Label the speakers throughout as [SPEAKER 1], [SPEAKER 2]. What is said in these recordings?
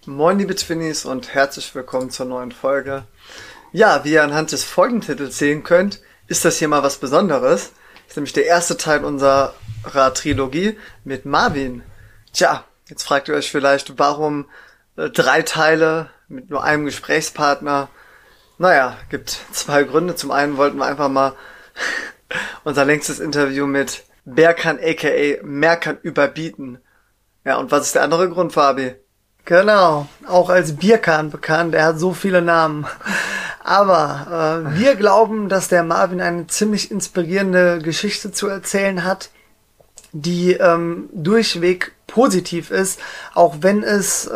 [SPEAKER 1] Moin liebe Twinnies und herzlich willkommen zur neuen Folge. Ja, wie ihr anhand des Folgentitels sehen könnt, ist das hier mal was Besonderes. Das ist nämlich der erste Teil unserer Trilogie mit Marvin. Tja, jetzt fragt ihr euch vielleicht, warum 3 Teile mit nur einem Gesprächspartner? Naja, gibt 2 Gründe. Zum einen wollten wir einfach mal unser längstes Interview mit Berkan aka Merkan überbieten. Ja, und was ist der andere Grund, Fabi?
[SPEAKER 2] Genau, auch als Birkan bekannt, er hat so viele Namen. Aber wir glauben, dass der Marvin eine ziemlich inspirierende Geschichte zu erzählen hat, die durchweg positiv ist, auch wenn es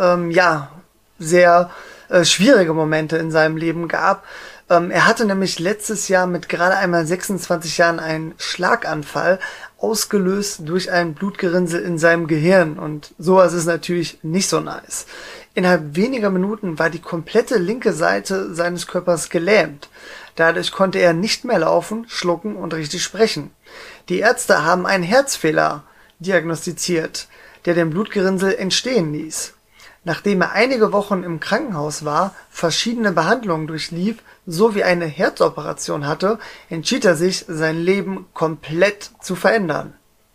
[SPEAKER 2] sehr schwierige Momente in seinem Leben gab. Er hatte nämlich letztes Jahr mit gerade einmal 26 Jahren einen Schlaganfall, ausgelöst durch ein Blutgerinnsel in seinem Gehirn. Und sowas ist natürlich nicht so nice. Innerhalb weniger Minuten war die komplette linke Seite seines Körpers gelähmt. Dadurch konnte er nicht mehr laufen, schlucken und richtig sprechen. Die Ärzte haben einen Herzfehler diagnostiziert, der den Blutgerinnsel entstehen ließ. Nachdem er einige Wochen im Krankenhaus war, verschiedene Behandlungen durchlief, sowie eine Herzoperation hatte, entschied er sich, sein Leben komplett zu verändern.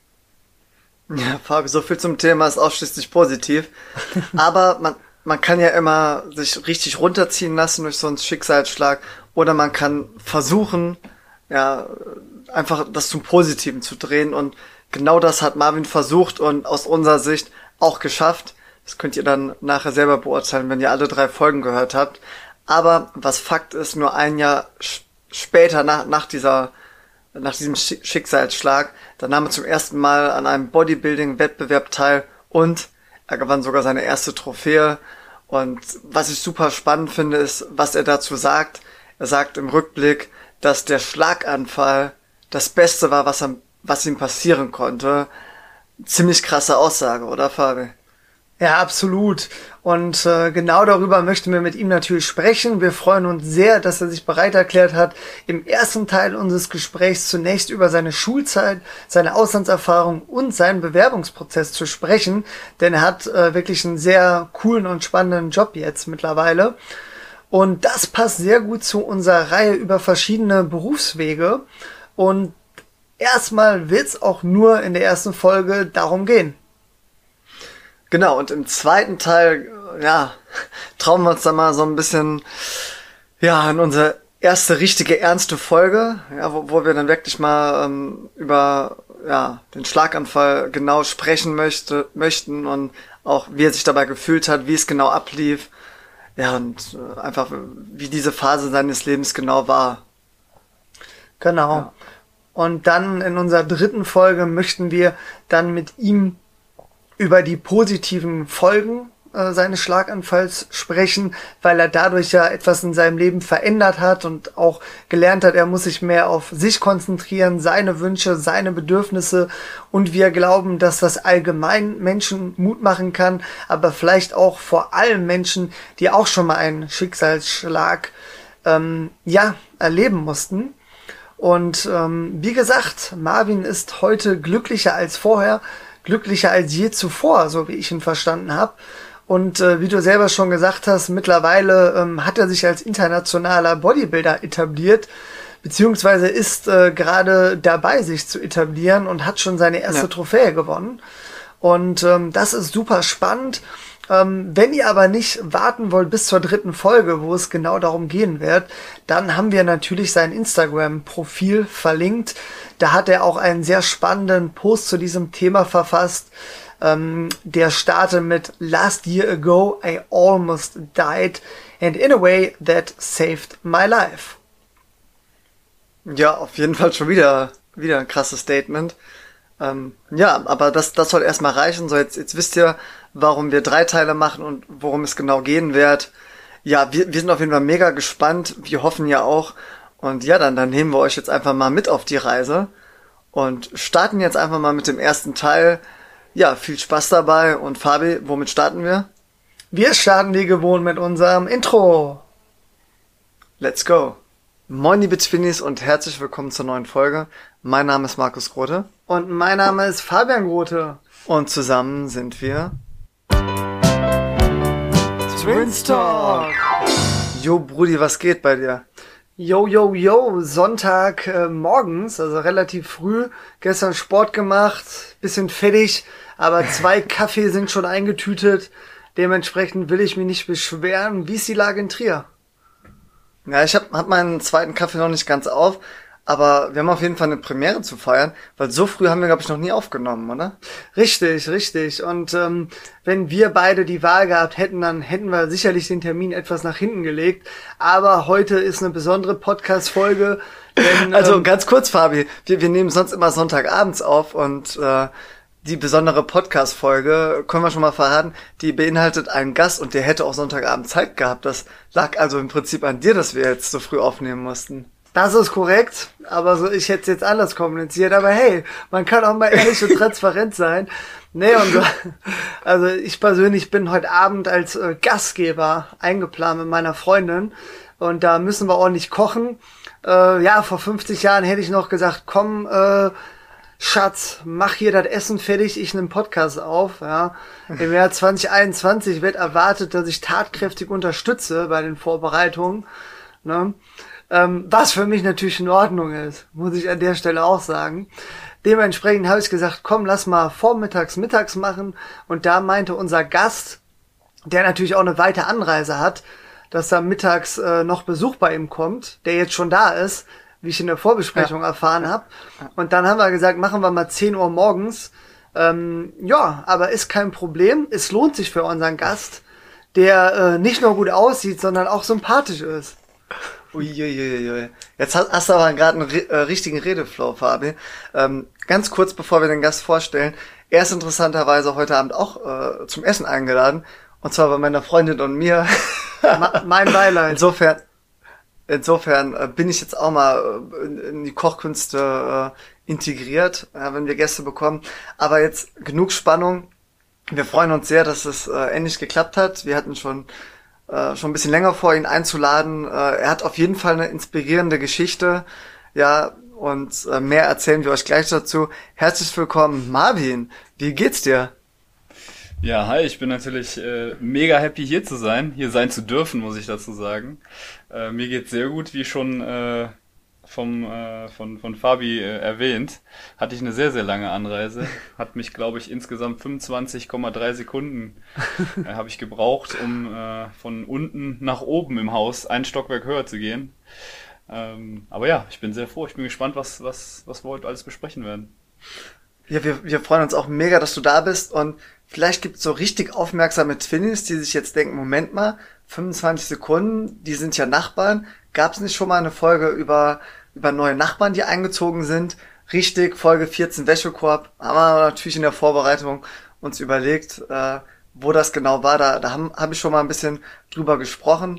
[SPEAKER 1] Ja, Fabi, so viel zum Thema ist ausschließlich positiv. Aber man kann ja immer sich richtig runterziehen lassen durch so einen Schicksalsschlag, oder man kann versuchen, ja, einfach das zum Positiven zu drehen, und genau das hat Marvin versucht und aus unserer Sicht auch geschafft. Das könnt ihr dann nachher selber beurteilen, wenn ihr alle 3 Folgen gehört habt. Aber was Fakt ist, nur ein Jahr später, nach diesem Schicksalsschlag, da nahm er zum ersten Mal an einem Bodybuilding-Wettbewerb teil und er gewann sogar seine erste Trophäe. Und was ich super spannend finde, ist, was er dazu sagt. Er sagt im Rückblick, dass der Schlaganfall das Beste war, was ihm passieren konnte. Ziemlich krasse Aussage, oder Fabi?
[SPEAKER 2] Ja, absolut. Und genau darüber möchten wir mit ihm natürlich sprechen. Wir freuen uns sehr, dass er sich bereit erklärt hat, im ersten Teil unseres Gesprächs zunächst über seine Schulzeit, seine Auslandserfahrung und seinen Bewerbungsprozess zu sprechen. Denn er hat wirklich einen sehr coolen und spannenden Job jetzt mittlerweile. Und das passt sehr gut zu unserer Reihe über verschiedene Berufswege. Und erstmal wird's auch nur in der ersten Folge darum gehen.
[SPEAKER 1] Genau, und im zweiten Teil, ja, trauen wir uns dann mal so ein bisschen, ja, in unsere erste richtige ernste Folge, ja, wo wir dann wirklich mal über, ja, den Schlaganfall genau sprechen möchten und auch, wie er sich dabei gefühlt hat, wie es genau ablief, ja, und einfach, wie diese Phase seines Lebens genau war.
[SPEAKER 2] Genau. Ja. Und dann in unserer dritten Folge möchten wir dann mit ihm über die positiven Folgen seines Schlaganfalls sprechen, weil er dadurch ja etwas in seinem Leben verändert hat und auch gelernt hat, er muss sich mehr auf sich konzentrieren, seine Wünsche, seine Bedürfnisse, und wir glauben, dass das allgemein Menschen Mut machen kann, aber vielleicht auch vor allem Menschen, die auch schon mal einen Schicksalsschlag erleben mussten. Und wie gesagt, Marvin ist heute glücklicher als vorher, glücklicher als je zuvor, so wie ich ihn verstanden habe. Und wie du selber schon gesagt hast, mittlerweile hat er sich als internationaler Bodybuilder etabliert, beziehungsweise ist gerade dabei, sich zu etablieren, und hat schon seine erste Trophäe gewonnen. Und das ist super spannend. Wenn ihr aber nicht warten wollt bis zur dritten Folge, wo es genau darum gehen wird, dann haben wir natürlich sein Instagram-Profil verlinkt. Da hat er auch einen sehr spannenden Post zu diesem Thema verfasst. Der startet mit "Last year ago I almost died and in a way that saved my life."
[SPEAKER 1] Ja, auf jeden Fall schon wieder ein krasses Statement. Ja, aber das soll erstmal reichen. So, jetzt wisst ihr, warum wir 3 Teile machen und worum es genau gehen wird. Ja, wir sind auf jeden Fall mega gespannt. Wir hoffen ja auch. Und ja, dann nehmen wir euch jetzt einfach mal mit auf die Reise und starten jetzt einfach mal mit dem ersten Teil. Ja, viel Spaß dabei. Und Fabi, womit starten wir?
[SPEAKER 2] Wir starten wie gewohnt mit unserem Intro.
[SPEAKER 1] Let's go. Moin liebe Twinnies und herzlich willkommen zur neuen Folge. Mein Name ist Markus Grote.
[SPEAKER 2] Und mein Name ist Fabian Grote.
[SPEAKER 1] Und zusammen sind wir
[SPEAKER 2] Twins-Talk.
[SPEAKER 1] Jo, Brudi, was geht bei dir?
[SPEAKER 2] Yo, Sonntag morgens, also relativ früh, gestern Sport gemacht, bisschen fettig, aber 2 Kaffee sind schon eingetütet, dementsprechend will ich mich nicht beschweren. Wie ist die Lage in Trier?
[SPEAKER 1] Ja, ich hab meinen zweiten Kaffee noch nicht ganz auf, aber wir haben auf jeden Fall eine Premiere zu feiern, weil so früh haben wir, glaube ich, noch nie aufgenommen, oder?
[SPEAKER 2] Richtig. Und wenn wir beide die Wahl gehabt hätten, dann hätten wir sicherlich den Termin etwas nach hinten gelegt. Aber heute ist eine besondere Podcast-Folge. Denn,
[SPEAKER 1] also ganz kurz, Fabi, wir nehmen sonst immer Sonntagabends auf und die besondere Podcast-Folge, können wir schon mal verraten, die beinhaltet einen Gast und der hätte auch Sonntagabend Zeit gehabt. Das lag also im Prinzip an dir, dass wir jetzt so früh aufnehmen mussten.
[SPEAKER 2] Das ist korrekt, aber so, ich hätte es jetzt anders kommuniziert. Aber hey, man kann auch mal ehrlich und transparent sein. Nee, und so, also ich persönlich bin heute Abend als Gastgeber eingeplant mit meiner Freundin und da müssen wir ordentlich kochen. Vor 50 Jahren hätte ich noch gesagt, komm, Schatz, mach hier das Essen fertig, ich nehme Podcast auf. Ja. Im Jahr 2021 wird erwartet, dass ich tatkräftig unterstütze bei den Vorbereitungen. Ne? Was für mich natürlich in Ordnung ist, muss ich an der Stelle auch sagen. Dementsprechend habe ich gesagt, komm, lass mal mittags machen. Und da meinte unser Gast, der natürlich auch eine weite Anreise hat, dass da mittags noch Besuch bei ihm kommt, der jetzt schon da ist, wie ich in der Vorbesprechung erfahren habe. Und dann haben wir gesagt, machen wir mal 10 Uhr morgens. Aber ist kein Problem. Es lohnt sich für unseren Gast, der nicht nur gut aussieht, sondern auch sympathisch ist.
[SPEAKER 1] Uiuiui. Jetzt hast du aber gerade einen richtigen Redeflow, Fabi. Ganz kurz, bevor wir den Gast vorstellen. Er ist interessanterweise heute Abend auch zum Essen eingeladen. Und zwar bei meiner Freundin und mir.
[SPEAKER 2] Mein Beileid.
[SPEAKER 1] Insofern bin ich jetzt auch mal in die Kochkünste integriert, wenn wir Gäste bekommen. Aber jetzt genug Spannung. Wir freuen uns sehr, dass es endlich geklappt hat. Wir hatten schon ein bisschen länger vor, ihn einzuladen. Er hat auf jeden Fall eine inspirierende Geschichte. Ja, und mehr erzählen wir euch gleich dazu. Herzlich willkommen, Marvin. Wie geht's dir?
[SPEAKER 3] Ja, hi, ich bin natürlich mega happy hier sein zu dürfen, muss ich dazu sagen. Mir geht's sehr gut, wie schon von Fabi erwähnt, hatte ich eine sehr, sehr lange Anreise. Hat mich, glaube ich, insgesamt 25,3 Sekunden habe ich gebraucht, um von unten nach oben im Haus ein Stockwerk höher zu gehen. Aber ja, ich bin sehr froh. Ich bin gespannt, was wir heute alles besprechen werden.
[SPEAKER 1] Ja, wir freuen uns auch mega, dass du da bist und vielleicht gibt's so richtig aufmerksame Twinnies, die sich jetzt denken, Moment mal, 25 Sekunden, die sind ja Nachbarn. Gab's nicht schon mal eine Folge über neue Nachbarn, die eingezogen sind? Richtig, Folge 14 Wäschekorb. Haben wir natürlich in der Vorbereitung uns überlegt, wo das genau war. Da hab ich schon mal ein bisschen drüber gesprochen.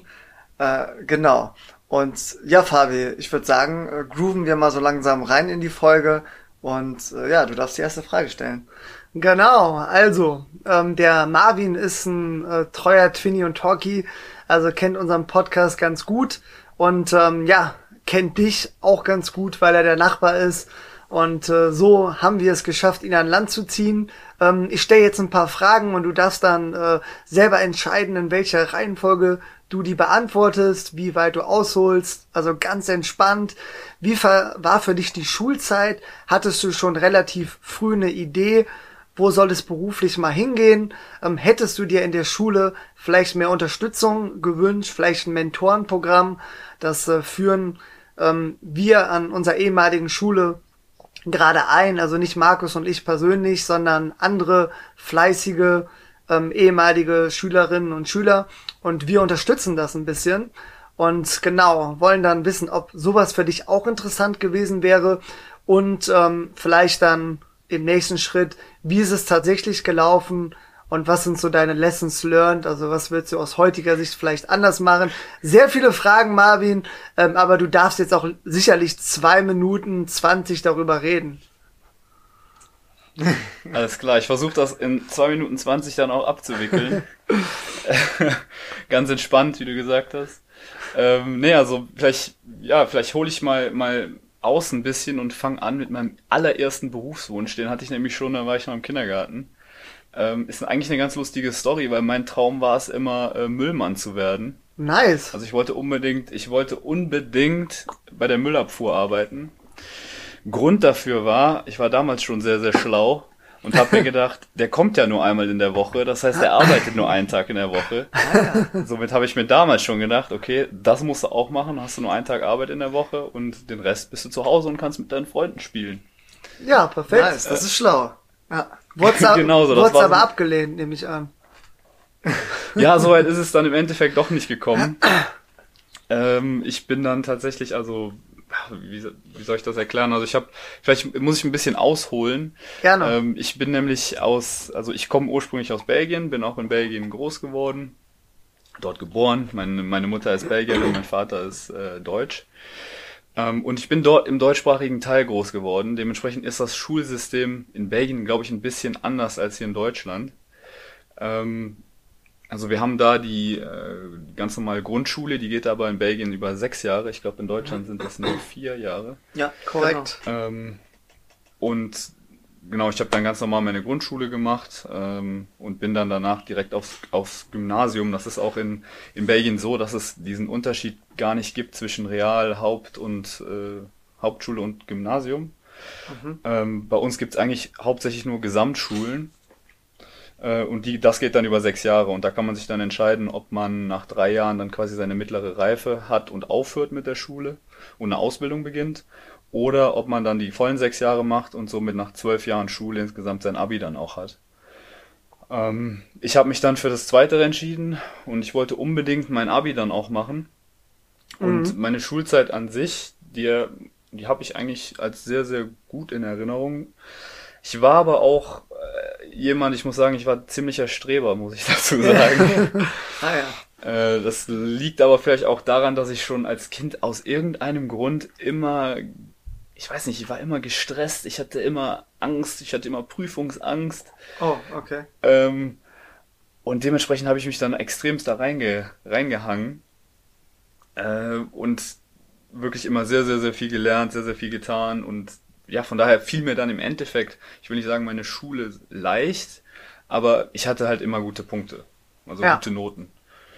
[SPEAKER 1] Genau. Und ja, Fabi, ich würde sagen, grooven wir mal so langsam rein in die Folge. Und du darfst die erste Frage stellen.
[SPEAKER 2] Genau, also der Marvin ist ein treuer Twinnie und Talkie, also kennt unseren Podcast ganz gut und kennt dich auch ganz gut, weil er der Nachbar ist. Und so haben wir es geschafft, ihn an Land zu ziehen. Ich stelle jetzt ein paar Fragen und du darfst dann selber entscheiden, in welcher Reihenfolge du die beantwortest, wie weit du ausholst, also ganz entspannt. Wie war für dich die Schulzeit? Hattest du schon relativ früh eine Idee, wo soll es beruflich mal hingehen? Hättest du dir in der Schule vielleicht mehr Unterstützung gewünscht, vielleicht ein Mentorenprogramm? Das führen wir an unserer ehemaligen Schule gerade ein, also nicht Markus und ich persönlich, sondern andere fleißige ehemalige Schülerinnen und Schüler und wir unterstützen das ein bisschen und genau, wollen dann wissen, ob sowas für dich auch interessant gewesen wäre und vielleicht dann im nächsten Schritt, wie ist es tatsächlich gelaufen und was sind so deine Lessons learned, also was würdest du aus heutiger Sicht vielleicht anders machen? Sehr viele Fragen, Marvin, aber du darfst jetzt auch sicherlich 2 Minuten 20 darüber reden.
[SPEAKER 3] Alles klar, ich versuche das in 2 Minuten 20 dann auch abzuwickeln. Ganz entspannt, wie du gesagt hast. Vielleicht hole ich mal aus ein bisschen und fange an mit meinem allerersten Berufswunsch. Den hatte ich nämlich schon, da war ich noch im Kindergarten. Ist eigentlich eine ganz lustige Story, weil mein Traum war es immer, Müllmann zu werden.
[SPEAKER 2] Nice.
[SPEAKER 3] Also ich wollte unbedingt bei der Müllabfuhr arbeiten. Grund dafür war, ich war damals schon sehr, sehr schlau und habe mir gedacht, der kommt ja nur einmal in der Woche, das heißt, der arbeitet nur einen Tag in der Woche. Somit habe ich mir damals schon gedacht, okay, das musst du auch machen, hast du nur einen Tag Arbeit in der Woche und den Rest bist du zu Hause und kannst mit deinen Freunden spielen.
[SPEAKER 2] Ja, perfekt.
[SPEAKER 1] Nice, das ist schlau. Ja.
[SPEAKER 2] Wurd's
[SPEAKER 3] Genau so, das war
[SPEAKER 2] aber
[SPEAKER 3] so-
[SPEAKER 2] abgelehnt, nehme ich an.
[SPEAKER 3] Ja, soweit ist es dann im Endeffekt doch nicht gekommen. Ich bin dann tatsächlich, also, wie soll ich das erklären? Also vielleicht muss ich ein bisschen ausholen.
[SPEAKER 2] Gerne.
[SPEAKER 3] Ich bin nämlich also ich komme ursprünglich aus Belgien, bin auch in Belgien groß geworden, dort geboren. Meine Mutter ist Belgierin, mein Vater ist Deutsch. Und ich bin dort im deutschsprachigen Teil groß geworden. Dementsprechend ist das Schulsystem in Belgien, glaube ich, ein bisschen anders als hier in Deutschland. Also wir haben da die ganz normale Grundschule, die geht aber in Belgien über 6 Jahre. Ich glaube, in Deutschland sind das nur 4 Jahre.
[SPEAKER 1] Ja,
[SPEAKER 2] Korrekt.
[SPEAKER 3] Und genau, ich habe dann ganz normal meine Grundschule gemacht und bin dann danach direkt aufs Gymnasium. Das ist auch in Belgien so, dass es diesen Unterschied gar nicht gibt zwischen Hauptschule und Gymnasium. Bei uns gibt es eigentlich hauptsächlich nur Gesamtschulen. Und das geht dann über 6 Jahre und da kann man sich dann entscheiden, ob man nach 3 Jahren dann quasi seine mittlere Reife hat und aufhört mit der Schule und eine Ausbildung beginnt oder ob man dann die vollen 6 Jahre macht und somit nach 12 Jahren Schule insgesamt sein Abi dann auch hat. Ich habe mich dann für das Zweite entschieden und ich wollte unbedingt mein Abi dann auch machen und meine Schulzeit an sich, die habe ich eigentlich als sehr, sehr gut in Erinnerung. Ich war aber auch ich muss sagen, ich war ziemlicher Streber, muss ich dazu sagen. Das liegt aber vielleicht auch daran, dass ich schon als Kind aus irgendeinem Grund ich weiß nicht, ich war immer gestresst, ich hatte immer Angst, ich hatte immer Prüfungsangst.
[SPEAKER 1] Oh, okay.
[SPEAKER 3] Und dementsprechend habe ich mich dann extremst da reingehangen und wirklich immer sehr, sehr, sehr viel gelernt, sehr, sehr viel getan und ja, von daher fiel mir dann im Endeffekt, ich will nicht sagen, meine Schule leicht, aber ich hatte halt immer gute Punkte, also gute Noten.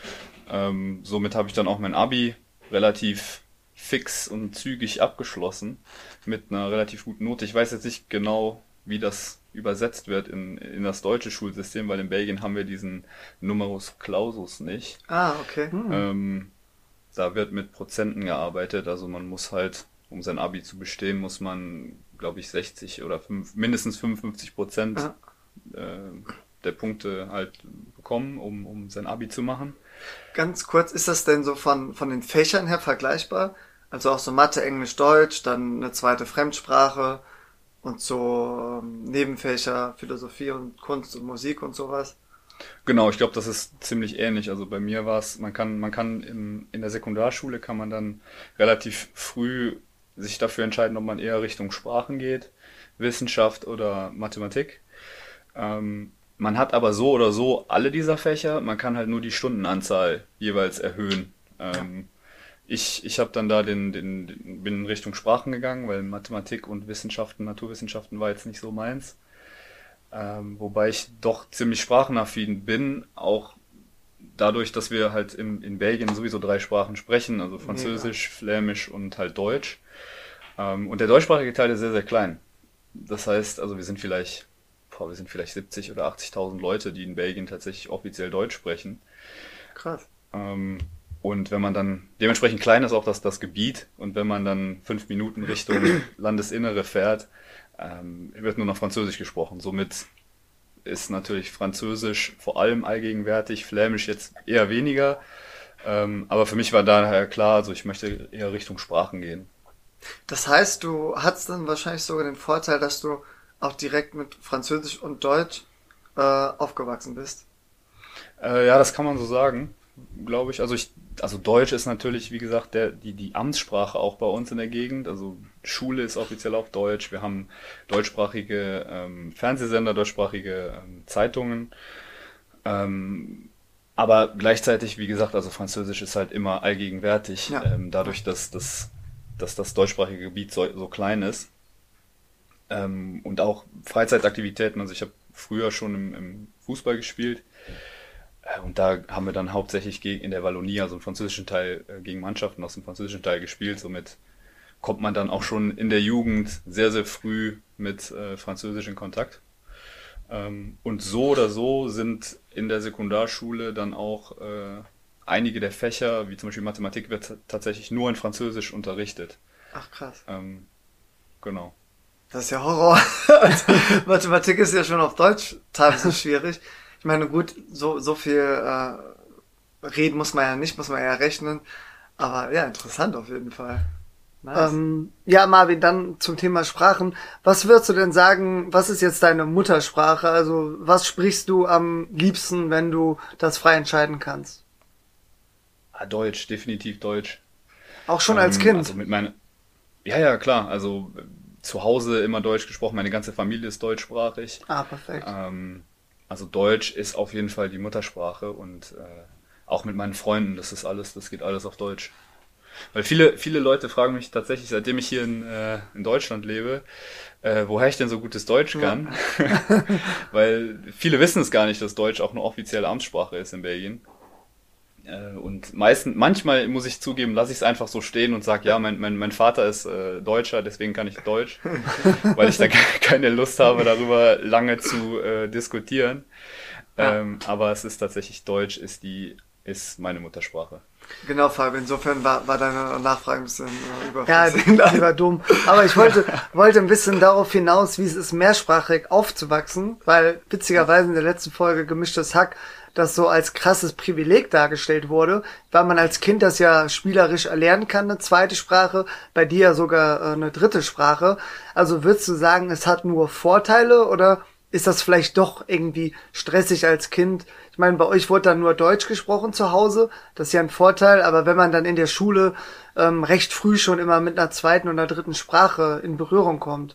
[SPEAKER 3] Somit habe ich dann auch mein Abi relativ fix und zügig abgeschlossen mit einer relativ guten Note. Ich weiß jetzt nicht genau, wie das übersetzt wird in das deutsche Schulsystem, weil in Belgien haben wir diesen Numerus Clausus nicht.
[SPEAKER 1] Ah, okay.
[SPEAKER 3] Da wird mit Prozenten gearbeitet, also man muss halt, um sein Abi zu bestehen, muss man, glaube ich, 60 oder mindestens 55% der Punkte halt bekommen, um sein Abi zu machen.
[SPEAKER 1] Ganz kurz, ist das denn so von den Fächern her vergleichbar? Also auch so Mathe, Englisch, Deutsch, dann eine zweite Fremdsprache und so Nebenfächer, Philosophie und Kunst und Musik und sowas?
[SPEAKER 3] Genau, ich glaube, das ist ziemlich ähnlich. Also bei mir war es, man kann in der Sekundarschule kann man dann relativ früh sich dafür entscheiden, ob man eher Richtung Sprachen geht, Wissenschaft oder Mathematik. Man hat aber so oder so alle dieser Fächer, man kann halt nur die Stundenanzahl jeweils erhöhen. Ich habe dann da bin in Richtung Sprachen gegangen, weil Mathematik und Wissenschaften, Naturwissenschaften war jetzt nicht so meins. Wobei ich doch ziemlich sprachenaffin bin, auch dadurch, dass wir halt in Belgien sowieso 3 Sprachen sprechen, also Französisch, Flämisch und halt Deutsch. Und der deutschsprachige Teil ist sehr, sehr klein. Das heißt, also wir sind vielleicht 70 oder 80.000 Leute, die in Belgien tatsächlich offiziell Deutsch sprechen.
[SPEAKER 1] Krass.
[SPEAKER 3] Und wenn man dann, dementsprechend klein ist auch das Gebiet, und wenn man dann 5 Minuten Richtung Landesinnere fährt, wird nur noch Französisch gesprochen. Somit ist natürlich Französisch vor allem allgegenwärtig, Flämisch jetzt eher weniger. Aber für mich war daher klar, also ich möchte eher Richtung Sprachen gehen.
[SPEAKER 1] Das heißt, du hattest dann wahrscheinlich sogar den Vorteil, dass du auch direkt mit Französisch und Deutsch aufgewachsen bist.
[SPEAKER 3] Ja, das kann man so sagen, glaube ich. Also Deutsch ist natürlich, wie gesagt, die Amtssprache auch bei uns in der Gegend. Also Schule ist offiziell auf Deutsch. Wir haben deutschsprachige Fernsehsender, deutschsprachige Zeitungen. Aber gleichzeitig, wie gesagt, also Französisch ist halt immer allgegenwärtig, dadurch, dass das deutschsprachige Gebiet so klein ist. Und auch Freizeitaktivitäten, also ich habe früher schon im Fußball gespielt. Und da haben wir dann hauptsächlich in der Wallonie, also im französischen Teil, gegen Mannschaften aus dem französischen Teil gespielt. Somit kommt man dann auch schon in der Jugend sehr, sehr früh mit Französisch in Kontakt. Und so oder so sind in der Sekundarschule dann auch einige der Fächer, wie zum Beispiel Mathematik, wird tatsächlich nur in Französisch unterrichtet.
[SPEAKER 1] Ach krass.
[SPEAKER 3] Genau.
[SPEAKER 1] Das ist ja Horror. Mathematik ist ja schon auf Deutsch teilweise schwierig. Ich meine, gut, so viel reden muss man ja nicht, muss man ja rechnen. Aber ja, interessant auf jeden Fall. Nice.
[SPEAKER 2] Ja, Marvin, dann zum Thema Sprachen. Was würdest du denn sagen, was ist jetzt deine Muttersprache? Also, was sprichst du am liebsten, wenn du das frei entscheiden kannst?
[SPEAKER 3] Deutsch, definitiv Deutsch.
[SPEAKER 2] Auch schon als Kind?
[SPEAKER 3] Also ja, klar. Also zu Hause immer Deutsch gesprochen. Meine ganze Familie ist deutschsprachig.
[SPEAKER 2] Ah, perfekt.
[SPEAKER 3] Also Deutsch ist auf jeden Fall die Muttersprache und auch mit meinen Freunden, das geht alles auf Deutsch. Weil viele Leute fragen mich tatsächlich, seitdem ich hier in Deutschland lebe, woher ich denn so gutes Deutsch kann. Ja. Weil viele wissen es gar nicht, dass Deutsch auch eine offizielle Amtssprache ist in Belgien. Und manchmal muss ich zugeben, lasse ich es einfach so stehen und sage, ja, mein Vater ist Deutscher, deswegen kann ich Deutsch, weil ich da keine Lust habe, darüber lange zu diskutieren. Ja. Aber es ist tatsächlich Deutsch, ist meine Muttersprache.
[SPEAKER 1] Genau, Fabian, insofern war deine Nachfrage ein bisschen
[SPEAKER 2] überflüssig. Ja, die war dumm. Aber ich wollte ein bisschen darauf hinaus, wie es ist, mehrsprachig aufzuwachsen, weil witzigerweise in der letzten Folge Gemischtes Hack das so als krasses Privileg dargestellt wurde, weil man als Kind das ja spielerisch erlernen kann, eine zweite Sprache, bei dir ja sogar eine dritte Sprache. Also würdest du sagen, es hat nur Vorteile oder ist das vielleicht doch irgendwie stressig als Kind? Ich meine, bei euch wurde dann nur Deutsch gesprochen zu Hause, das ist ja ein Vorteil, aber wenn man dann in der Schule recht früh schon immer mit einer zweiten oder dritten Sprache in Berührung kommt.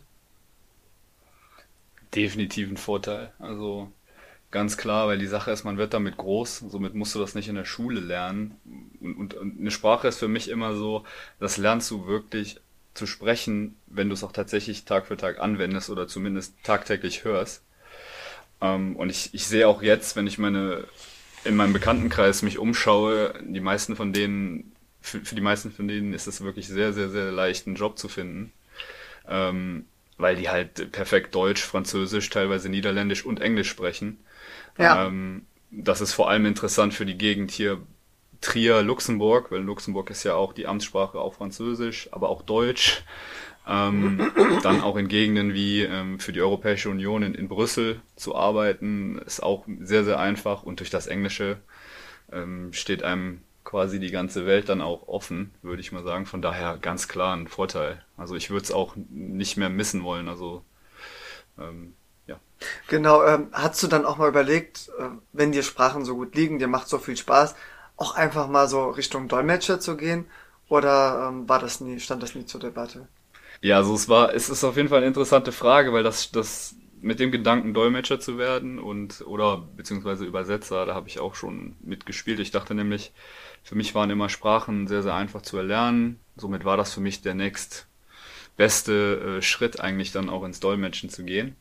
[SPEAKER 3] Definitiv ein Vorteil, also ganz klar, weil die Sache ist, man wird damit groß, somit musst du das nicht in der Schule lernen. Und eine Sprache ist für mich immer so, das lernst du wirklich zu sprechen, wenn du es auch tatsächlich Tag für Tag anwendest oder zumindest tagtäglich hörst. Und ich sehe auch jetzt, wenn ich in meinem Bekanntenkreis mich umschaue, für die meisten von denen ist es wirklich sehr, sehr, sehr leicht, einen Job zu finden. Weil die halt perfekt Deutsch, Französisch, teilweise Niederländisch und Englisch sprechen. Ja. Das ist vor allem interessant für die Gegend hier Trier, Luxemburg, weil Luxemburg ist ja auch die Amtssprache auf Französisch, aber auch Deutsch. Dann auch in Gegenden wie für die Europäische Union in Brüssel zu arbeiten, ist auch sehr, sehr einfach und durch das Englische steht einem quasi die ganze Welt dann auch offen, würde ich mal sagen. Von daher ganz klar ein Vorteil. Also ich würde es auch nicht mehr missen wollen. Also ja.
[SPEAKER 1] Genau, hast du dann auch mal überlegt, wenn dir Sprachen so gut liegen, dir macht so viel Spaß, auch einfach mal so Richtung Dolmetscher zu gehen? Oder stand das nie zur Debatte?
[SPEAKER 3] Ja, also es ist auf jeden Fall eine interessante Frage, weil das mit dem Gedanken Dolmetscher zu werden oder beziehungsweise Übersetzer, da habe ich auch schon mitgespielt. Ich dachte nämlich, für mich waren immer Sprachen sehr, sehr einfach zu erlernen. Somit war das für mich der nächstbeste Schritt eigentlich dann auch ins Dolmetschen zu gehen.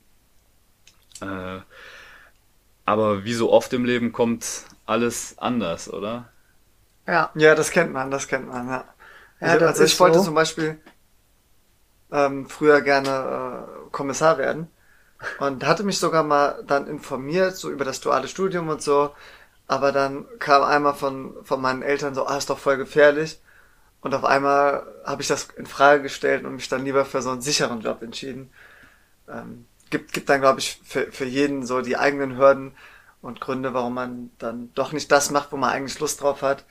[SPEAKER 3] Aber wie so oft im Leben kommt alles anders, oder?
[SPEAKER 1] Ja, das kennt man, ja. Ich wollte zum Beispiel früher gerne Kommissar werden und hatte mich sogar mal dann informiert, so über das duale Studium und so, aber dann kam einmal von meinen Eltern so, ist doch voll gefährlich und auf einmal habe ich das in Frage gestellt und mich dann lieber für so einen sicheren Job entschieden. Gibt dann, glaube ich, für jeden so die eigenen Hürden und Gründe, warum man dann doch nicht das macht, wo man eigentlich Lust drauf hat.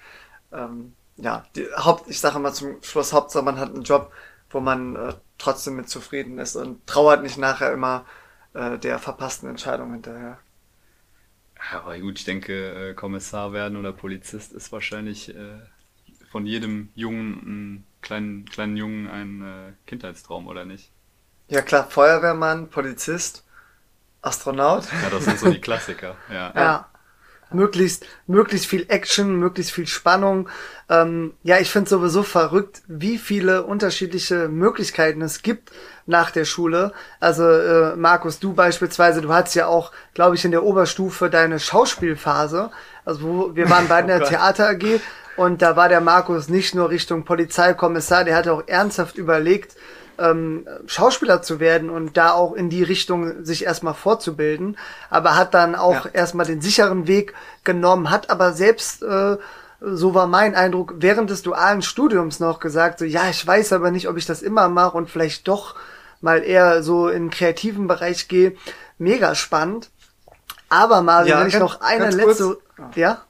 [SPEAKER 1] Ich sage immer zum Schluss, Hauptsache man hat einen Job, wo man trotzdem mit zufrieden ist und trauert nicht nachher immer der verpassten Entscheidung hinterher.
[SPEAKER 3] Ja, aber gut, ich denke, Kommissar werden oder Polizist ist wahrscheinlich von jedem kleinen Jungen ein Kindheitstraum, oder nicht?
[SPEAKER 1] Ja klar, Feuerwehrmann, Polizist, Astronaut.
[SPEAKER 3] Ja, das sind so die Klassiker, ja.
[SPEAKER 2] möglichst viel Action, möglichst viel Spannung. Ja, ich finde sowieso verrückt, wie viele unterschiedliche Möglichkeiten es gibt nach der Schule. Also Markus, du beispielsweise, du hattest ja auch, glaube ich, in der Oberstufe deine Schauspielphase. Also wir waren beide in der Theater AG und da war der Markus nicht nur Richtung Polizeikommissar, der hatte auch ernsthaft überlegt, Schauspieler zu werden und da auch in die Richtung sich erstmal vorzubilden, aber hat dann auch erstmal den sicheren Weg genommen, hat aber selbst, so war mein Eindruck, während des dualen Studiums noch gesagt, so ja, ich weiß aber nicht, ob ich das immer mache und vielleicht doch mal eher so in den kreativen Bereich gehe. Mega spannend. Aber Marvin, wenn ich noch eine letzte... Ja?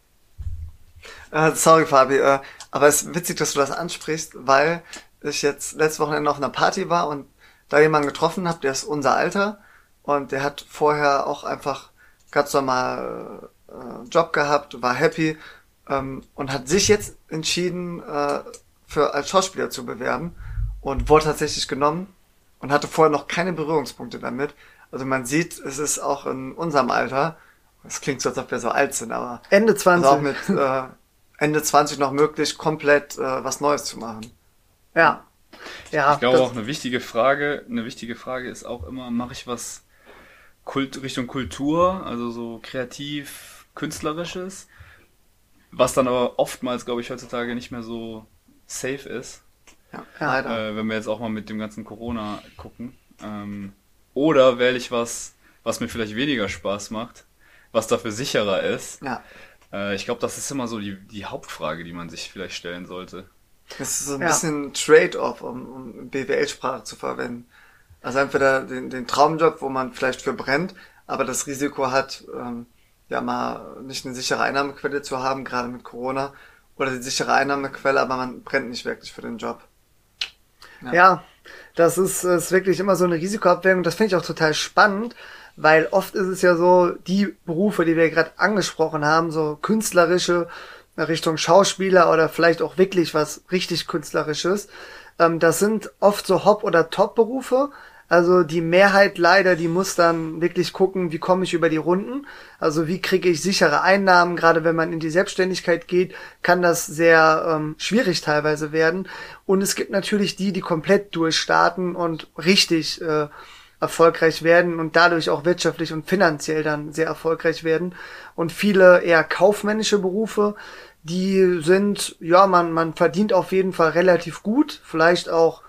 [SPEAKER 1] Sorry, Fabi, aber es ist witzig, dass du das ansprichst, weil ich jetzt letztes Wochenende auf einer Party war und da jemanden getroffen habe, der ist unser Alter und der hat vorher auch einfach ganz normal Job gehabt, war happy und hat sich jetzt entschieden, als Schauspieler zu bewerben und wurde tatsächlich genommen und hatte vorher noch keine Berührungspunkte damit. Also man sieht, es ist auch in unserem Alter, es klingt so, als ob wir so alt sind, aber
[SPEAKER 2] Ende 20.
[SPEAKER 1] Also auch mit Ende 20 noch möglich, komplett was Neues zu machen.
[SPEAKER 2] Ja.
[SPEAKER 3] Ich glaube auch eine wichtige Frage ist auch immer, mache ich was Richtung Kultur, also so kreativ, künstlerisches, was dann aber oftmals, glaube ich, heutzutage nicht mehr so safe ist.
[SPEAKER 1] Ja, leider.
[SPEAKER 3] Wenn wir jetzt auch mal mit dem ganzen Corona gucken. Oder wähle ich was mir vielleicht weniger Spaß macht, was dafür sicherer ist.
[SPEAKER 1] Ja.
[SPEAKER 3] Ich glaube, das ist immer so die Hauptfrage, die man sich vielleicht stellen sollte.
[SPEAKER 1] Das ist so ein bisschen Trade-off, um BWL-Sprache zu verwenden. Also entweder den Traumjob, wo man vielleicht für brennt, aber das Risiko hat, mal nicht eine sichere Einnahmequelle zu haben, gerade mit Corona, oder die sichere Einnahmequelle, aber man brennt nicht wirklich für den Job.
[SPEAKER 2] Ja, das ist wirklich immer so eine Risikoabwägung. Das finde ich auch total spannend, weil oft ist es ja so, die Berufe, die wir gerade angesprochen haben, so künstlerische Richtung Schauspieler oder vielleicht auch wirklich was richtig Künstlerisches, das sind oft so Hop- oder Top-Berufe. Also die Mehrheit leider, die muss dann wirklich gucken, wie komme ich über die Runden. Also wie kriege ich sichere Einnahmen. Gerade wenn man in die Selbstständigkeit geht, kann das sehr schwierig teilweise werden. Und es gibt natürlich die komplett durchstarten und richtig erfolgreich werden und dadurch auch wirtschaftlich und finanziell dann sehr erfolgreich werden. Und viele eher kaufmännische Berufe, die sind, man verdient auf jeden Fall relativ gut, vielleicht auch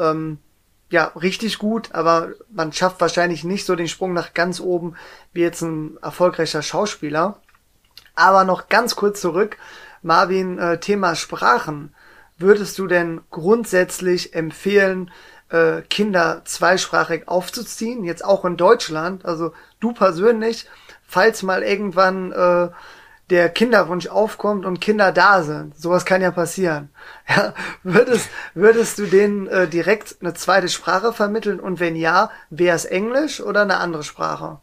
[SPEAKER 2] richtig gut, aber man schafft wahrscheinlich nicht so den Sprung nach ganz oben wie jetzt ein erfolgreicher Schauspieler. Aber noch ganz kurz zurück, Marvin, Thema Sprachen. Würdest du denn grundsätzlich empfehlen, Kinder zweisprachig aufzuziehen, jetzt auch in Deutschland? Also du persönlich, falls mal irgendwann der Kinderwunsch aufkommt und Kinder da sind, sowas kann ja passieren. Ja, würdest du denen direkt eine zweite Sprache vermitteln und wenn ja, wäre es Englisch oder eine andere Sprache?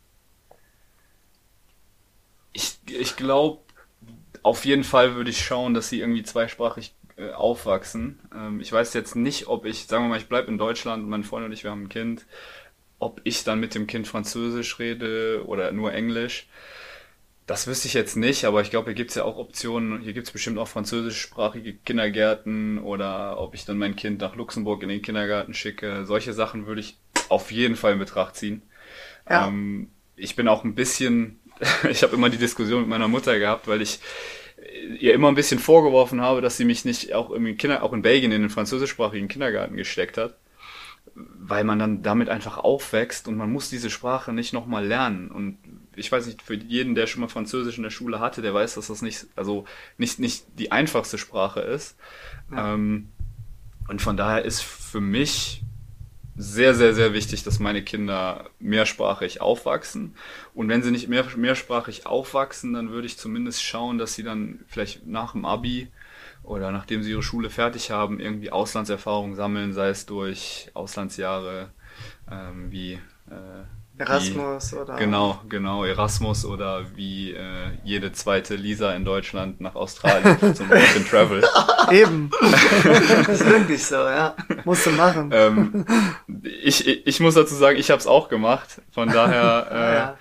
[SPEAKER 3] Ich glaube, auf jeden Fall würde ich schauen, dass sie irgendwie zweisprachig aufwachsen. Ich weiß jetzt nicht, ob sagen wir mal, ich bleibe in Deutschland, mein Freund und ich, wir haben ein Kind, ob ich dann mit dem Kind Französisch rede oder nur Englisch. Das wüsste ich jetzt nicht, aber ich glaube, hier gibt's ja auch Optionen. Hier gibt's bestimmt auch französischsprachige Kindergärten oder ob ich dann mein Kind nach Luxemburg in den Kindergarten schicke. Solche Sachen würde ich auf jeden Fall in Betracht ziehen. Ja. Ich bin auch ein bisschen, ich habe immer die Diskussion mit meiner Mutter gehabt, weil ich ihr immer ein bisschen vorgeworfen habe, dass sie mich nicht auch in Belgien in den französischsprachigen Kindergarten gesteckt hat. Weil man dann damit einfach aufwächst und man muss diese Sprache nicht nochmal lernen. Und ich weiß nicht, für jeden, der schon mal Französisch in der Schule hatte, der weiß, dass das nicht die einfachste Sprache ist. Ja. Und von daher ist für mich sehr, sehr, sehr wichtig, dass meine Kinder mehrsprachig aufwachsen. Und wenn sie nicht mehrsprachig aufwachsen, dann würde ich zumindest schauen, dass sie dann vielleicht nach dem Abi oder nachdem sie ihre Schule fertig haben, irgendwie Auslandserfahrung sammeln, sei es durch Auslandsjahre wie
[SPEAKER 1] Erasmus oder...
[SPEAKER 3] Genau, Erasmus oder wie jede zweite Lisa in Deutschland nach Australien zum Work and Travel.
[SPEAKER 2] Eben.
[SPEAKER 1] Das ist wirklich so, ja.
[SPEAKER 2] Musst du machen.
[SPEAKER 3] Ich muss dazu sagen, ich habe es auch gemacht. Von daher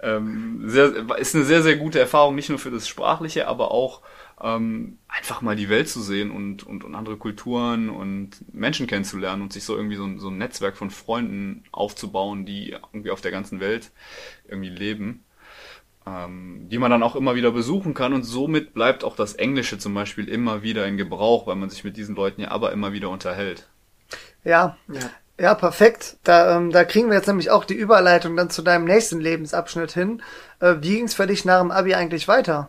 [SPEAKER 3] Ist eine sehr, sehr gute Erfahrung, nicht nur für das Sprachliche, aber auch einfach mal die Welt zu sehen und andere Kulturen und Menschen kennenzulernen und sich so irgendwie so ein Netzwerk von Freunden aufzubauen, die irgendwie auf der ganzen Welt irgendwie leben, die man dann auch immer wieder besuchen kann, und somit bleibt auch das Englische zum Beispiel immer wieder in Gebrauch, weil man sich mit diesen Leuten ja aber immer wieder unterhält.
[SPEAKER 2] Ja. Ja, perfekt. Da kriegen wir jetzt nämlich auch die Überleitung dann zu deinem nächsten Lebensabschnitt hin. Wie ging's für dich nach dem Abi eigentlich weiter?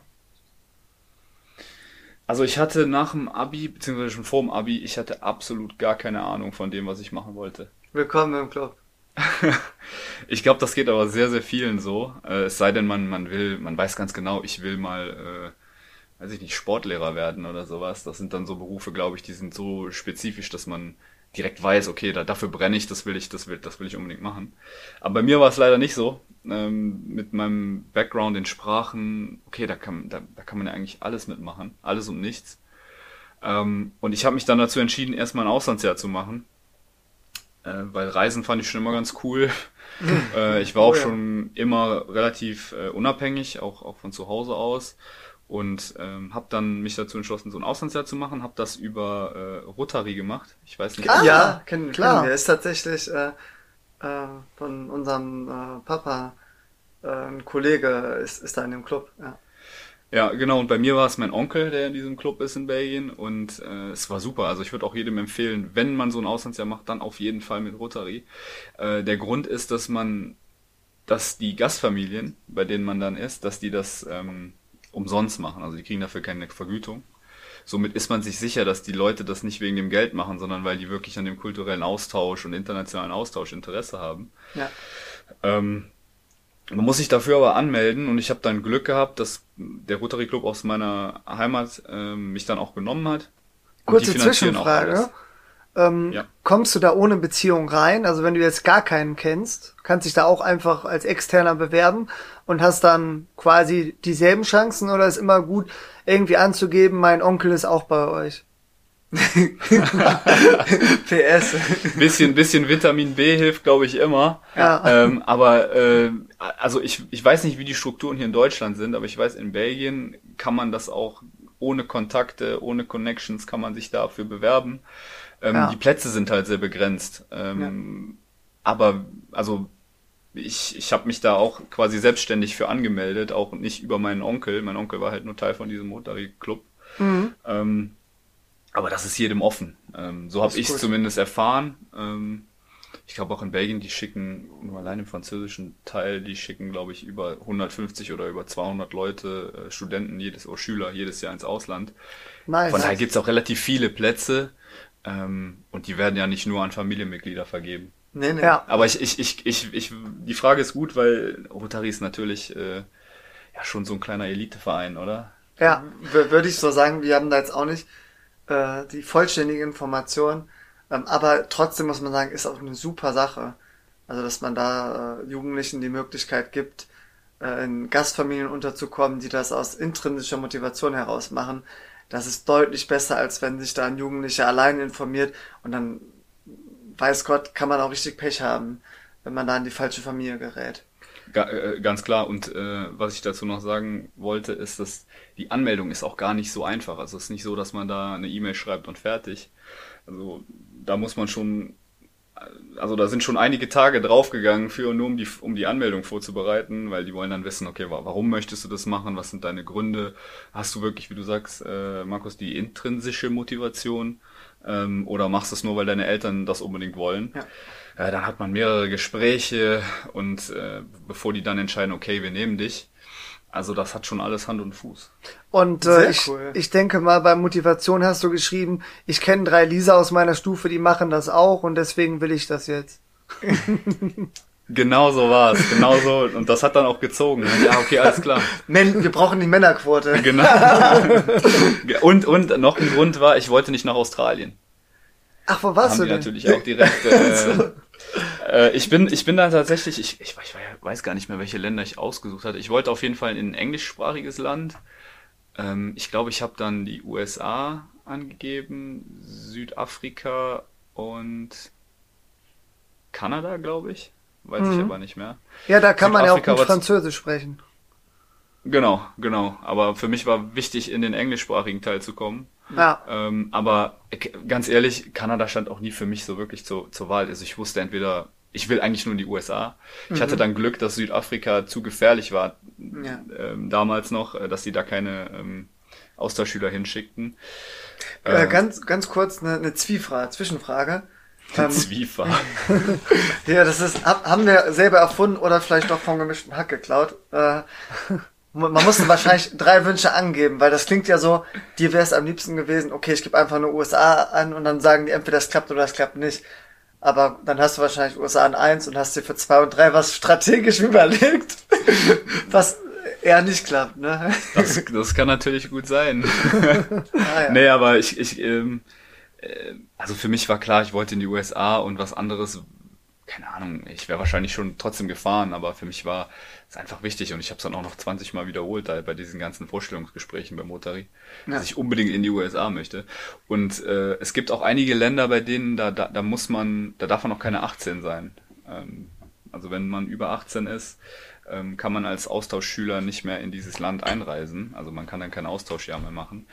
[SPEAKER 3] Also ich hatte nach dem Abi, beziehungsweise schon vor dem Abi, ich hatte absolut gar keine Ahnung von dem, was ich machen wollte.
[SPEAKER 1] Willkommen im Club.
[SPEAKER 3] Ich glaube, das geht aber sehr, sehr vielen so. Es sei denn, man weiß ganz genau, ich will mal, weiß ich nicht, Sportlehrer werden oder sowas. Das sind dann so Berufe, glaube ich, die sind so spezifisch, dass man direkt weiß, okay, dafür brenne ich, das will ich unbedingt machen. Aber bei mir war es leider nicht so. Mit meinem Background in Sprachen, okay, da kann man ja eigentlich alles mitmachen, alles und nichts. Und ich habe mich dann dazu entschieden, erstmal ein Auslandsjahr zu machen. Weil Reisen fand ich schon immer ganz cool. Ich war auch schon immer relativ unabhängig, auch von zu Hause aus. Und habe dann mich dazu entschlossen, so ein Auslandsjahr zu machen. Habe das über Rotary gemacht. Ich weiß nicht.
[SPEAKER 1] Ja, kennen wir. Ist tatsächlich von unserem Papa ein Kollege ist da in dem Club. Ja.
[SPEAKER 3] Ja, genau. Und bei mir war es mein Onkel, der in diesem Club ist in Belgien. Und es war super. Also ich würde auch jedem empfehlen, wenn man so ein Auslandsjahr macht, dann auf jeden Fall mit Rotary. Der Grund ist, dass die Gastfamilien, bei denen man dann ist, dass die das umsonst machen. Also die kriegen dafür keine Vergütung. Somit ist man sich sicher, dass die Leute das nicht wegen dem Geld machen, sondern weil die wirklich an dem kulturellen Austausch und internationalen Austausch Interesse haben.
[SPEAKER 1] Ja.
[SPEAKER 3] Man muss sich dafür aber anmelden, und ich habe dann Glück gehabt, dass der Rotary Club aus meiner Heimat mich dann auch genommen hat.
[SPEAKER 2] Kurze Zwischenfrage.
[SPEAKER 3] Ja.
[SPEAKER 2] Kommst du da ohne Beziehung rein? Also wenn du jetzt gar keinen kennst, kannst dich da auch einfach als Externer bewerben und hast dann quasi dieselben Chancen, oder ist immer gut, irgendwie anzugeben, mein Onkel ist auch bei euch?
[SPEAKER 1] PS.
[SPEAKER 3] Bisschen Vitamin B hilft, glaube ich, immer.
[SPEAKER 2] Ja.
[SPEAKER 3] Also ich weiß nicht, wie die Strukturen hier in Deutschland sind, aber ich weiß, in Belgien kann man das auch ohne Kontakte, ohne Connections kann man sich dafür bewerben. Die Plätze sind halt sehr begrenzt. Aber also ich habe mich da auch quasi selbstständig für angemeldet, auch nicht über meinen Onkel. Mein Onkel war halt nur Teil von diesem Rotary Club. Aber das ist jedem offen. So habe ich es zumindest erfahren. Ich glaube auch in Belgien, die schicken, nur allein im französischen Teil, die schicken, glaube ich, über 150 oder über 200 Leute, Schüler jedes Jahr ins Ausland.
[SPEAKER 2] Nice.
[SPEAKER 3] Von daher gibt es auch relativ viele Plätze. Und die werden ja nicht nur an Familienmitglieder vergeben.
[SPEAKER 1] Nee.
[SPEAKER 2] Ja.
[SPEAKER 3] Aber die Frage ist gut, weil Rotary ist natürlich ja schon so ein kleiner Eliteverein, oder?
[SPEAKER 2] Ja.
[SPEAKER 1] Würde ich so sagen, wir haben da jetzt auch nicht die vollständige Information, aber trotzdem muss man sagen, ist auch eine super Sache. Also, dass man da Jugendlichen die Möglichkeit gibt, in Gastfamilien unterzukommen, die das aus intrinsischer Motivation heraus machen. Das ist deutlich besser, als wenn sich da ein Jugendlicher allein informiert, und dann, weiß Gott, kann man auch richtig Pech haben, wenn man da in die falsche Familie gerät.
[SPEAKER 3] Ganz klar. Und was ich dazu noch sagen wollte, ist, dass die Anmeldung ist auch gar nicht so einfach. Also es ist nicht so, dass man da eine E-Mail schreibt und fertig. Also da muss man schon, also da sind schon einige Tage draufgegangen nur um die Anmeldung vorzubereiten, weil die wollen dann wissen, okay, warum möchtest du das machen? Was sind deine Gründe? Hast du wirklich, wie du sagst, Markus, die intrinsische Motivation? Oder machst du es nur, weil deine Eltern das unbedingt wollen?
[SPEAKER 1] Ja.
[SPEAKER 3] Dann hat man mehrere Gespräche, und bevor die dann entscheiden, okay, wir nehmen dich. Also das hat schon alles Hand und Fuß.
[SPEAKER 2] Und
[SPEAKER 1] cool.
[SPEAKER 2] ich denke mal, bei Motivation hast du geschrieben, ich kenne 3 Lisa aus meiner Stufe, die machen das auch, und deswegen will ich das jetzt.
[SPEAKER 3] Genau so war es, genau so. Und das hat dann auch gezogen. Ja, okay, alles klar.
[SPEAKER 1] Wir brauchen die Männerquote.
[SPEAKER 3] Genau. Und noch ein Grund war, ich wollte nicht nach Australien.
[SPEAKER 2] Ach, wo warst
[SPEAKER 3] Haben
[SPEAKER 2] du
[SPEAKER 3] die
[SPEAKER 2] denn?
[SPEAKER 3] natürlich auch direkt. Ich bin da tatsächlich, ich weiß gar nicht mehr, welche Länder ich ausgesucht hatte. Ich wollte auf jeden Fall in ein englischsprachiges Land. Ich glaube, ich habe dann die USA angegeben, Südafrika und Kanada, glaube ich. weiß ich aber nicht mehr.
[SPEAKER 2] Ja, da kann man ja auch
[SPEAKER 3] Südafrika
[SPEAKER 2] gut Französisch sprechen.
[SPEAKER 3] Genau. Aber für mich war wichtig, in den englischsprachigen Teil zu kommen.
[SPEAKER 2] Ja.
[SPEAKER 3] Aber ganz ehrlich, Kanada stand auch nie für mich so wirklich zur Wahl. Also ich wusste entweder, ich will eigentlich nur in die USA. Ich hatte dann Glück, dass Südafrika zu gefährlich war, damals noch, dass sie da keine Austauschschüler hinschickten.
[SPEAKER 1] Ganz kurz eine Zwischenfrage.
[SPEAKER 3] Zwiefer.
[SPEAKER 1] Ja, haben wir selber erfunden oder vielleicht doch vom gemischten Hack geklaut. Man musste wahrscheinlich 3 Wünsche angeben, weil das klingt ja so, dir wäre es am liebsten gewesen, okay, ich gebe einfach nur USA an und dann sagen die entweder das klappt oder das klappt nicht. Aber dann hast du wahrscheinlich USA an 1 und hast dir für 2 und 3 was strategisch überlegt, was eher nicht klappt, ne?
[SPEAKER 3] Das kann natürlich gut sein.
[SPEAKER 1] Ja.
[SPEAKER 3] Nee, aber also für mich war klar, ich wollte in die USA und was anderes, keine Ahnung, ich wäre wahrscheinlich schon trotzdem gefahren, aber für mich war es einfach wichtig und ich habe es dann auch noch 20 Mal wiederholt bei diesen ganzen Vorstellungsgesprächen beim Rotary, dass ich unbedingt in die USA möchte. Und es gibt auch einige Länder, bei denen da darf man noch keine 18 sein. Also wenn man über 18 ist, kann man als Austauschschüler nicht mehr in dieses Land einreisen. Also man kann dann kein Austauschjahr mehr machen.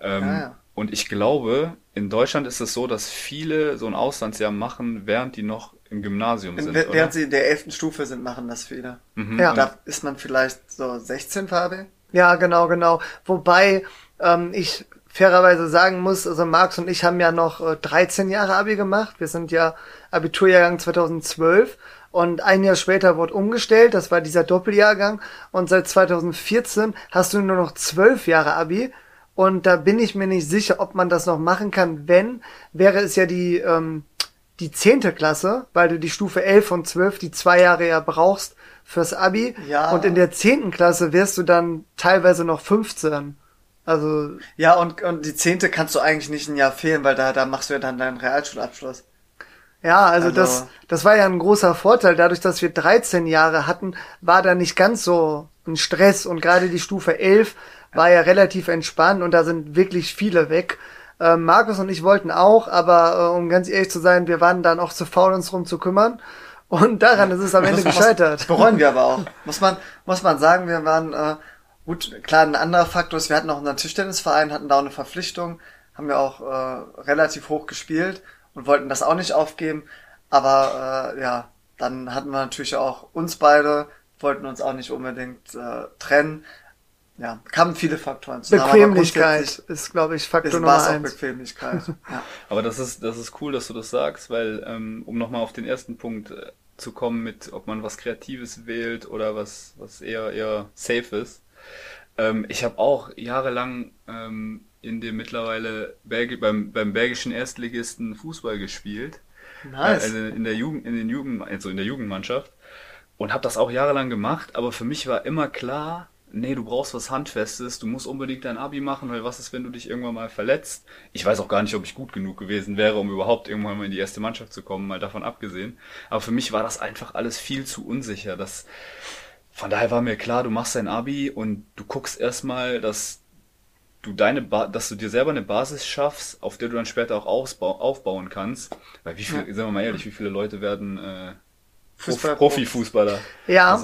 [SPEAKER 3] Und ich glaube, in Deutschland ist es so, dass viele so ein Auslandsjahr machen, während die noch im Gymnasium sind,
[SPEAKER 1] Während
[SPEAKER 3] oder?
[SPEAKER 1] sie in der 11. Stufe sind, machen das viele.
[SPEAKER 2] Ja.
[SPEAKER 1] Da ist man vielleicht so 16, Fabi?
[SPEAKER 2] Ja, genau. Wobei ich fairerweise sagen muss, also Marx und ich haben ja noch 13 Jahre Abi gemacht. Wir sind ja Abiturjahrgang 2012 und ein Jahr später wurde umgestellt. Das war dieser Doppeljahrgang und seit 2014 hast du nur noch 12 Jahre Abi. Und da bin ich mir nicht sicher, ob man das noch machen kann. Wenn, wäre es ja die 10. Klasse, weil du die Stufe 11 und 12, die 2 Jahre ja brauchst fürs Abi.
[SPEAKER 1] Ja.
[SPEAKER 2] Und in der 10. Klasse wärst du dann teilweise noch 15. Also.
[SPEAKER 1] Ja, und die 10. kannst du eigentlich nicht ein Jahr fehlen, weil da machst du ja dann deinen Realschulabschluss.
[SPEAKER 2] Ja, also das war ja ein großer Vorteil. Dadurch, dass wir 13 Jahre hatten, war da nicht ganz so ein Stress. Und gerade die Stufe 11 war ja relativ entspannt und da sind wirklich viele weg. Markus und ich wollten auch, aber um ganz ehrlich zu sein, wir waren dann auch zu faul, uns drum zu kümmern. Und daran ist es am Ende gescheitert.
[SPEAKER 1] Das bereuen wir aber auch. Muss man sagen, wir waren, gut, klar, ein anderer Faktor ist, wir hatten auch unseren Tischtennisverein, hatten da auch eine Verpflichtung, haben wir auch relativ hoch gespielt und wollten das auch nicht aufgeben. Aber dann hatten wir natürlich auch uns beide, wollten uns auch nicht unbedingt trennen. Ja, kamen viele Faktoren zusammen.
[SPEAKER 2] Bequemlichkeit ist, glaube ich, Faktor Nummer 1.
[SPEAKER 1] Bequemlichkeit. Ja.
[SPEAKER 3] Aber das ist cool, dass du das sagst, weil, um nochmal auf den ersten Punkt zu kommen mit, ob man was Kreatives wählt oder was eher safe ist. Ich habe auch jahrelang in dem mittlerweile beim belgischen Erstligisten Fußball gespielt.
[SPEAKER 1] Nice.
[SPEAKER 3] Also in der Jugendmannschaft. Und habe das auch jahrelang gemacht, aber für mich war immer klar, nee, du brauchst was Handfestes, du musst unbedingt dein Abi machen, weil was ist, wenn du dich irgendwann mal verletzt? Ich weiß auch gar nicht, ob ich gut genug gewesen wäre, um überhaupt irgendwann mal in die erste Mannschaft zu kommen, mal davon abgesehen. Aber für mich war das einfach alles viel zu unsicher. Von daher war mir klar, du machst dein Abi und du guckst erstmal, dass du dir selber eine Basis schaffst, auf der du dann später auch aufbauen kannst. Weil sagen wir mal ehrlich, wie viele Leute werden Profifußballer?
[SPEAKER 2] Ja.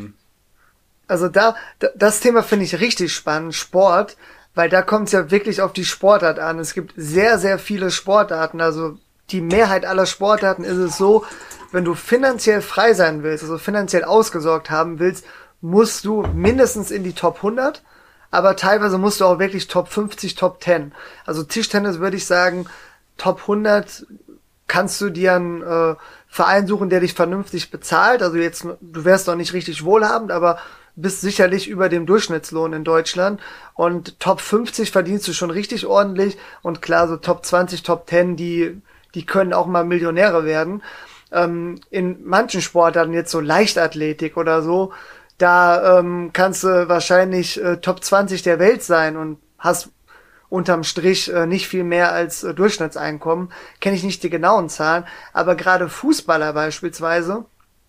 [SPEAKER 2] Also das Thema finde ich richtig spannend, Sport, weil da kommt es ja wirklich auf die Sportart an. Es gibt sehr, sehr viele Sportarten. Also die Mehrheit aller Sportarten ist es so, wenn du finanziell frei sein willst, also finanziell ausgesorgt haben willst, musst du mindestens in die Top 100, aber teilweise musst du auch wirklich Top 50, Top 10. Also Tischtennis würde ich sagen, Top 100 kannst du dir einen Verein suchen, der dich vernünftig bezahlt. Also du wärst doch nicht richtig wohlhabend, aber bist sicherlich über dem Durchschnittslohn in Deutschland und Top 50 verdienst du schon richtig ordentlich und klar, so Top 20, Top 10, die können auch mal Millionäre werden. In manchen Sportarten, jetzt so Leichtathletik oder so, da kannst du wahrscheinlich Top 20 der Welt sein und hast unterm Strich nicht viel mehr als Durchschnittseinkommen. Kenne ich nicht die genauen Zahlen, aber gerade Fußballer beispielsweise,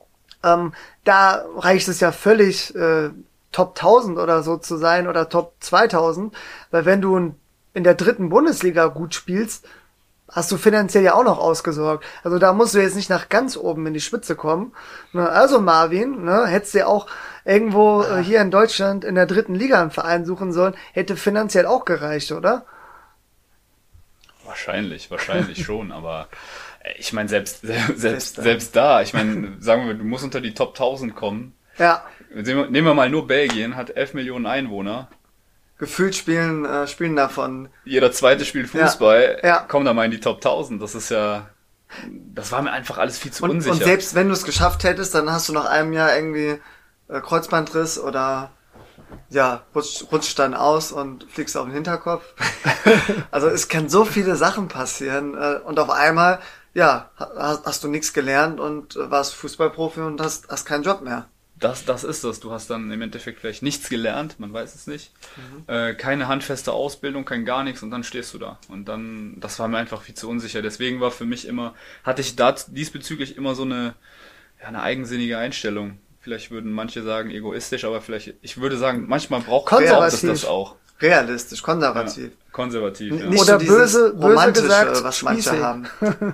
[SPEAKER 2] da reicht es ja völlig, Top 1000 oder so zu sein oder Top 2000, weil wenn du in der 3. Bundesliga gut spielst, hast du finanziell ja auch noch ausgesorgt. Also da musst du jetzt nicht nach ganz oben in die Spitze kommen. Ne? Also Marvin, ne, hättest du ja auch irgendwo hier in Deutschland in der 3. Liga einen Verein suchen sollen, hätte finanziell auch gereicht, oder?
[SPEAKER 3] Wahrscheinlich schon, aber ich meine, selbst da, ich meine, sagen wir, du musst unter die Top 1000 kommen.
[SPEAKER 2] Ja.
[SPEAKER 3] Nehmen wir mal nur Belgien, hat 11 Millionen Einwohner.
[SPEAKER 1] Gefühlt spielen davon.
[SPEAKER 3] Jeder Zweite spielt Fußball,
[SPEAKER 2] Ja.
[SPEAKER 3] komm da mal in die Top 1000. Das war mir einfach alles viel zu unsicher.
[SPEAKER 1] Und selbst wenn du es geschafft hättest, dann hast du nach einem Jahr irgendwie Kreuzbandriss oder ja, rutscht dann aus und fliegst auf den Hinterkopf. Also es kann so viele Sachen passieren und auf einmal, ja, hast du nichts gelernt und warst Fußballprofi und hast keinen Job mehr.
[SPEAKER 3] Das ist das. Du hast dann im Endeffekt vielleicht nichts gelernt, man weiß es nicht. Keine handfeste Ausbildung, kein gar nichts und dann stehst du da. Und dann, das war mir einfach viel zu unsicher. Deswegen war für mich hatte ich da diesbezüglich immer so eine eigensinnige Einstellung. Vielleicht würden manche sagen egoistisch, aber ich würde sagen, manchmal braucht es das auch.
[SPEAKER 1] Realistisch, konservativ.
[SPEAKER 3] Ja, konservativ, ja.
[SPEAKER 1] Nicht
[SPEAKER 2] oder
[SPEAKER 1] so
[SPEAKER 2] böse
[SPEAKER 1] romantische,
[SPEAKER 2] gesagt,
[SPEAKER 1] was manche
[SPEAKER 2] spießig.
[SPEAKER 1] haben.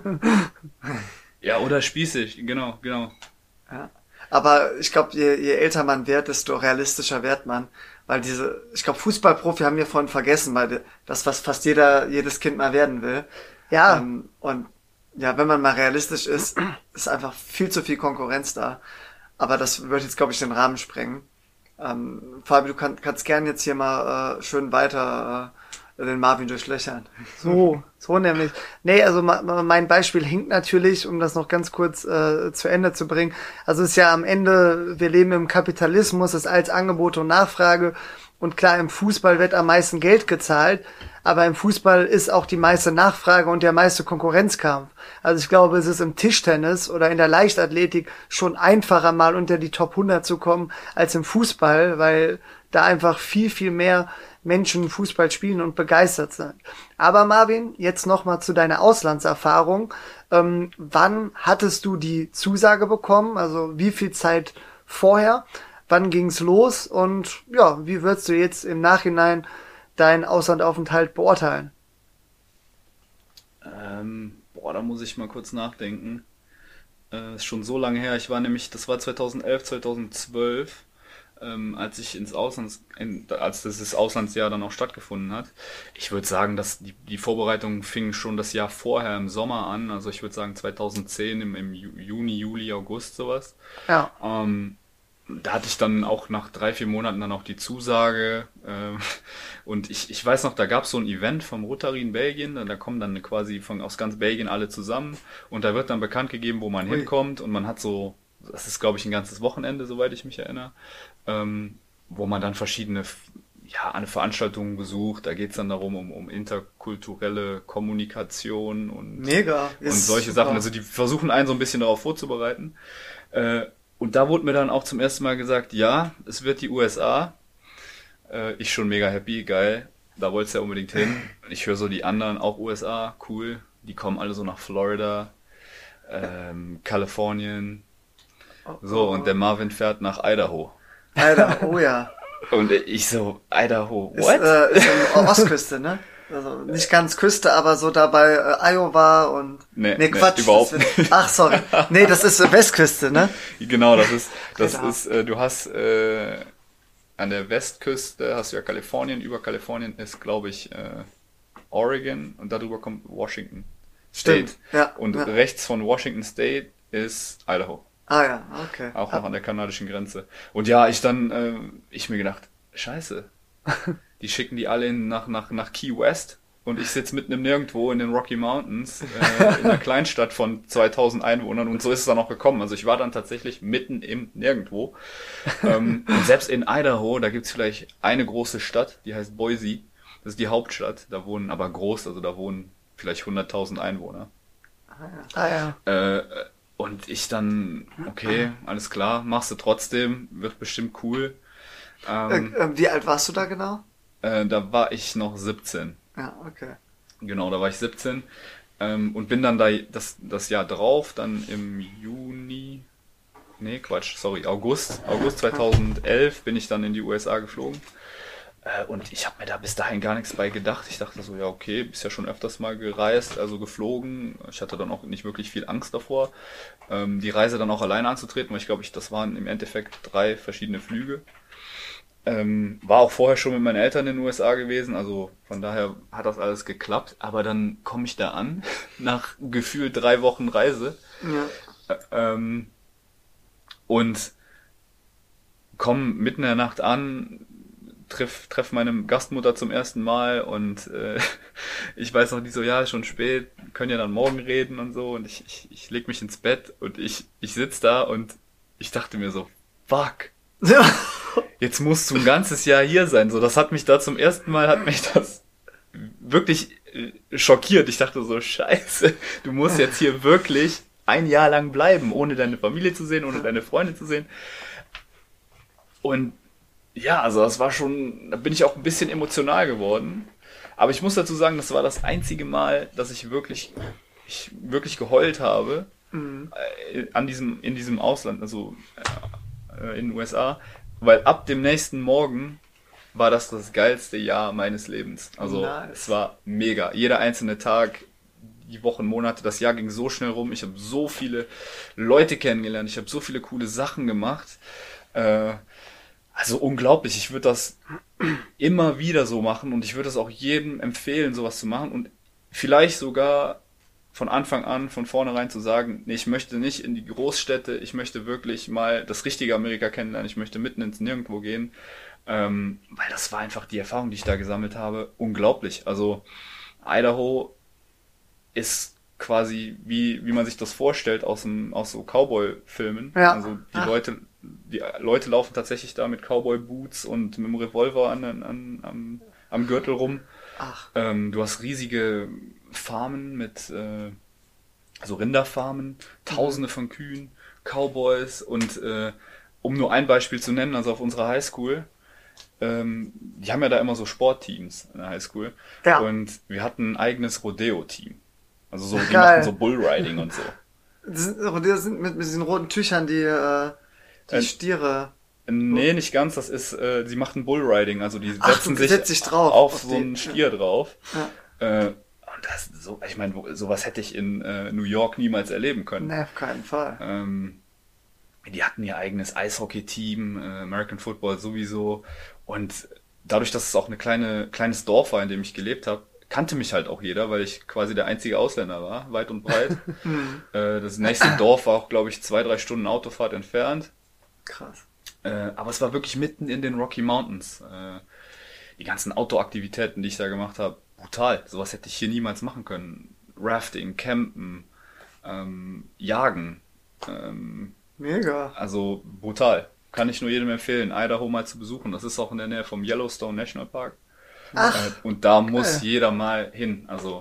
[SPEAKER 3] Ja, oder spießig, genau.
[SPEAKER 1] Ja. Aber ich glaube, je älter man wird, desto realistischer wird man. Weil ich glaube, Fußballprofi haben wir vorhin vergessen, weil das, was fast jedes Kind mal werden will.
[SPEAKER 2] Ja.
[SPEAKER 1] Und ja, wenn man mal realistisch ist einfach viel zu viel Konkurrenz da. Aber das wird jetzt, glaube ich, den Rahmen sprengen. Fabi, du kannst gern jetzt hier mal schön weiter den Marvin durchlöchern.
[SPEAKER 2] So nämlich. Nee, also mein Beispiel hinkt natürlich, um das noch ganz kurz zu Ende zu bringen. Also es ist ja am Ende, wir leben im Kapitalismus, es ist als Angebot und Nachfrage. Und klar, im Fußball wird am meisten Geld gezahlt, aber im Fußball ist auch die meiste Nachfrage und der meiste Konkurrenzkampf. Also ich glaube, es ist im Tischtennis oder in der Leichtathletik schon einfacher, mal unter die Top 100 zu kommen, als im Fußball, weil da einfach viel, viel mehr Menschen Fußball spielen und begeistert sind. Aber Marvin, jetzt nochmal zu deiner Auslandserfahrung. Wann hattest du die Zusage bekommen? Also wie viel Zeit vorher? Wann ging's los? Und ja, wie würdest du jetzt im Nachhinein deinen Auslandaufenthalt beurteilen?
[SPEAKER 3] Da muss ich mal kurz nachdenken. Ist schon so lange her. Das war 2011, 2012, als ich als das Auslandsjahr dann auch stattgefunden hat. Ich würde sagen, dass die Vorbereitung fing schon das Jahr vorher im Sommer an. Also ich würde sagen 2010 im Juni, Juli, August sowas.
[SPEAKER 2] Ja.
[SPEAKER 3] Da hatte ich dann auch nach 3-4 Monaten dann auch die Zusage. Und ich weiß noch, da gab es so ein Event vom Rotary in Belgien. Da kommen dann quasi aus ganz Belgien alle zusammen. Und da wird dann bekannt gegeben, wo man hinkommt. Und man hat so, das ist glaube ich ein ganzes Wochenende, soweit ich mich erinnere, wo man dann verschiedene Veranstaltungen besucht. Da geht es dann darum, um interkulturelle Kommunikation und solche Sachen. Also die versuchen einen so ein bisschen darauf vorzubereiten. Und da wurde mir dann auch zum ersten Mal gesagt, ja, es wird die USA. Ich schon mega happy, geil. Da wollt's ja unbedingt hin. Ich höre so die anderen, auch USA, cool. Die kommen alle so nach Florida, Kalifornien. So, und der Marvin fährt nach Idaho.
[SPEAKER 1] Idaho, oh ja.
[SPEAKER 3] Und ich so, Idaho,
[SPEAKER 1] Ist,
[SPEAKER 3] what?
[SPEAKER 1] Ist in Ostküste, ne? Also nicht ganz Küste, aber so dabei Iowa und...
[SPEAKER 3] Nee,
[SPEAKER 1] Quatsch.
[SPEAKER 3] überhaupt
[SPEAKER 1] nicht. Ach, sorry. Nee, das ist Westküste, ne?
[SPEAKER 3] Genau, du hast an der Westküste hast du ja Kalifornien, über Kalifornien ist, glaube ich, Oregon und darüber kommt Washington State.
[SPEAKER 1] Stimmt, ja.
[SPEAKER 3] Und
[SPEAKER 1] ja.
[SPEAKER 3] rechts von Washington State ist Idaho.
[SPEAKER 1] Ah ja, okay.
[SPEAKER 3] Auch noch an der kanadischen Grenze. Und ja, ich mir gedacht, scheiße, die schicken die alle nach Key West und ich sitze mitten im Nirgendwo in den Rocky Mountains, in einer Kleinstadt von 2000 Einwohnern und so ist es dann auch gekommen. Also ich war dann tatsächlich mitten im Nirgendwo. Und selbst in Idaho, da gibt's vielleicht eine große Stadt, die heißt Boise. Das ist die Hauptstadt, da wohnen aber groß, also da wohnen vielleicht 100.000 Einwohner.
[SPEAKER 2] Ah ja.
[SPEAKER 3] Und ich dann, okay, alles klar, machst du trotzdem, wird bestimmt cool.
[SPEAKER 1] Wie alt warst du da genau?
[SPEAKER 3] Da war ich noch 17.
[SPEAKER 1] Ja, okay.
[SPEAKER 3] Genau, da war ich 17 und bin dann da das Jahr drauf, dann im August 2011 bin ich dann in die USA geflogen. Und ich habe mir da bis dahin gar nichts bei gedacht. Ich dachte so, ja okay, bist ja schon öfters mal gereist, also geflogen. Ich hatte dann auch nicht wirklich viel Angst davor, die Reise dann auch alleine anzutreten, weil ich glaube, das waren im Endeffekt 3 verschiedene Flüge. War auch vorher schon mit meinen Eltern in den USA gewesen, also von daher hat das alles geklappt. Aber dann komme ich da an, nach gefühlt 3 Wochen Reise, und komme mitten in der Nacht an, treff meine Gastmutter zum ersten Mal und ich weiß noch, die so, ja, ist schon spät, können ja dann morgen reden und so, und ich leg mich ins Bett und ich sitz da und ich dachte mir so, fuck, jetzt musst du ein ganzes Jahr hier sein. So, das hat mich da zum ersten Mal, hat mich das wirklich schockiert. Ich dachte so, scheiße, du musst jetzt hier wirklich ein Jahr lang bleiben, ohne deine Familie zu sehen, ohne deine Freunde zu sehen. Und ja, also das war schon, da bin ich auch ein bisschen emotional geworden. Aber ich muss dazu sagen, das war das einzige Mal, dass ich wirklich geheult habe, in diesem Ausland, also in den USA, weil ab dem nächsten Morgen war das geilste Jahr meines Lebens. Also nice. Es war mega. Jeder einzelne Tag, die Wochen, Monate, das Jahr ging so schnell rum. Ich habe so viele Leute kennengelernt. Ich habe so viele coole Sachen gemacht. Also unglaublich. Ich würde das immer wieder so machen und ich würde es auch jedem empfehlen, sowas zu machen und vielleicht sogar von Anfang an, von vornherein zu sagen, nee, ich möchte nicht in die Großstädte, ich möchte wirklich mal das richtige Amerika kennenlernen, ich möchte mitten ins Nirgendwo gehen, weil das war einfach die Erfahrung, die ich da gesammelt habe, unglaublich. Also Idaho ist quasi wie man sich das vorstellt aus so Cowboy-Filmen. Ja. Also die Leute laufen tatsächlich da mit Cowboy-Boots und mit dem Revolver am Gürtel rum. Ach. Du hast riesige Farmen mit also Rinderfarmen, Tausende von Kühen, Cowboys und um nur ein Beispiel zu nennen, also auf unserer Highschool, die haben ja da immer so Sportteams in der Highschool, ja. Und wir hatten ein eigenes Rodeo-Team. Also so, die machen so Bullriding und so.
[SPEAKER 1] Rodeo sind mit diesen roten Tüchern, die Stiere.
[SPEAKER 3] Nee, nicht ganz, das ist, sie machen Bullriding, also die setzen sich drauf, auf so einen Stier drauf. Ja. Und das so, ich meine, sowas hätte ich in New York niemals erleben können.
[SPEAKER 1] Nee, auf keinen Fall.
[SPEAKER 3] Die hatten ihr eigenes Eishockey-Team, American Football sowieso. Und dadurch, dass es auch ein kleines Dorf war, in dem ich gelebt habe, kannte mich halt auch jeder, weil ich quasi der einzige Ausländer war, weit und breit. Das nächste Dorf war auch, glaube ich, 2-3 Stunden Autofahrt entfernt.
[SPEAKER 1] Krass.
[SPEAKER 3] Aber es war wirklich mitten in den Rocky Mountains. Die ganzen Outdoor-Aktivitäten, die ich da gemacht habe, brutal. Sowas hätte ich hier niemals machen können. Rafting, Campen, Jagen.
[SPEAKER 1] Mega.
[SPEAKER 3] Also brutal. Kann ich nur jedem empfehlen, Idaho mal zu besuchen. Das ist auch in der Nähe vom Yellowstone National Park. Ach, und da muss jeder mal hin. Also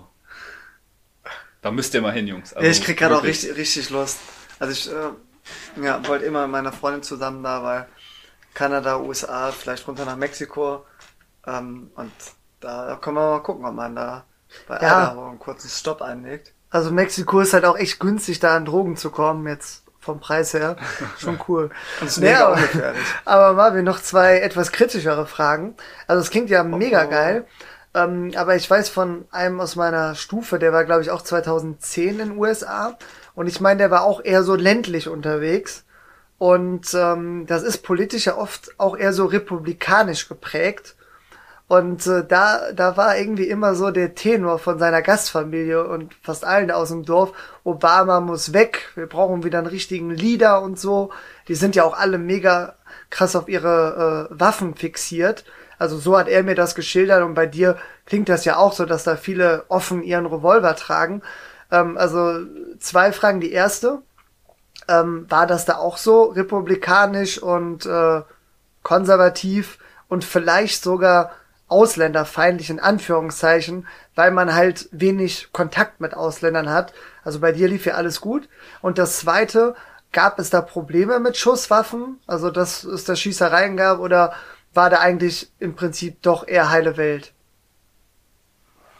[SPEAKER 3] da müsst ihr mal hin, Jungs. Also,
[SPEAKER 1] ich krieg gerade auch richtig Lust. Also ich wollte immer mit meiner Freundin zusammen da, weil Kanada, USA, vielleicht runter nach Mexiko. Und da können wir mal gucken, ob man da bei Idaho einen kurzen Stopp einlegt. Also Mexiko ist halt auch echt günstig, da an Drogen zu kommen, jetzt vom Preis her. Schon cool.
[SPEAKER 2] Das ist mega ungefährlich. Aber Marvin, noch 2 etwas kritischere Fragen. Also es klingt ja mega geil. Aber ich weiß von einem aus meiner Stufe, der war glaube ich auch 2010 in den USA. Und ich meine, der war auch eher so ländlich unterwegs. Und das ist politisch ja oft auch eher so republikanisch geprägt. Und da war irgendwie immer so der Tenor von seiner Gastfamilie und fast allen aus dem Dorf, Obama muss weg, wir brauchen wieder einen richtigen Leader und so. Die sind ja auch alle mega krass auf ihre Waffen fixiert. Also so hat er mir das geschildert und bei dir klingt das ja auch so, dass da viele offen ihren Revolver tragen. Also 2 Fragen. Die erste, war das da auch so republikanisch und konservativ und vielleicht sogar ausländerfeindlich in Anführungszeichen, weil man halt wenig Kontakt mit Ausländern hat. Also bei dir lief ja alles gut. Und das zweite, gab es da Probleme mit Schusswaffen? Also dass es da Schießereien gab oder war da eigentlich im Prinzip doch eher heile Welt?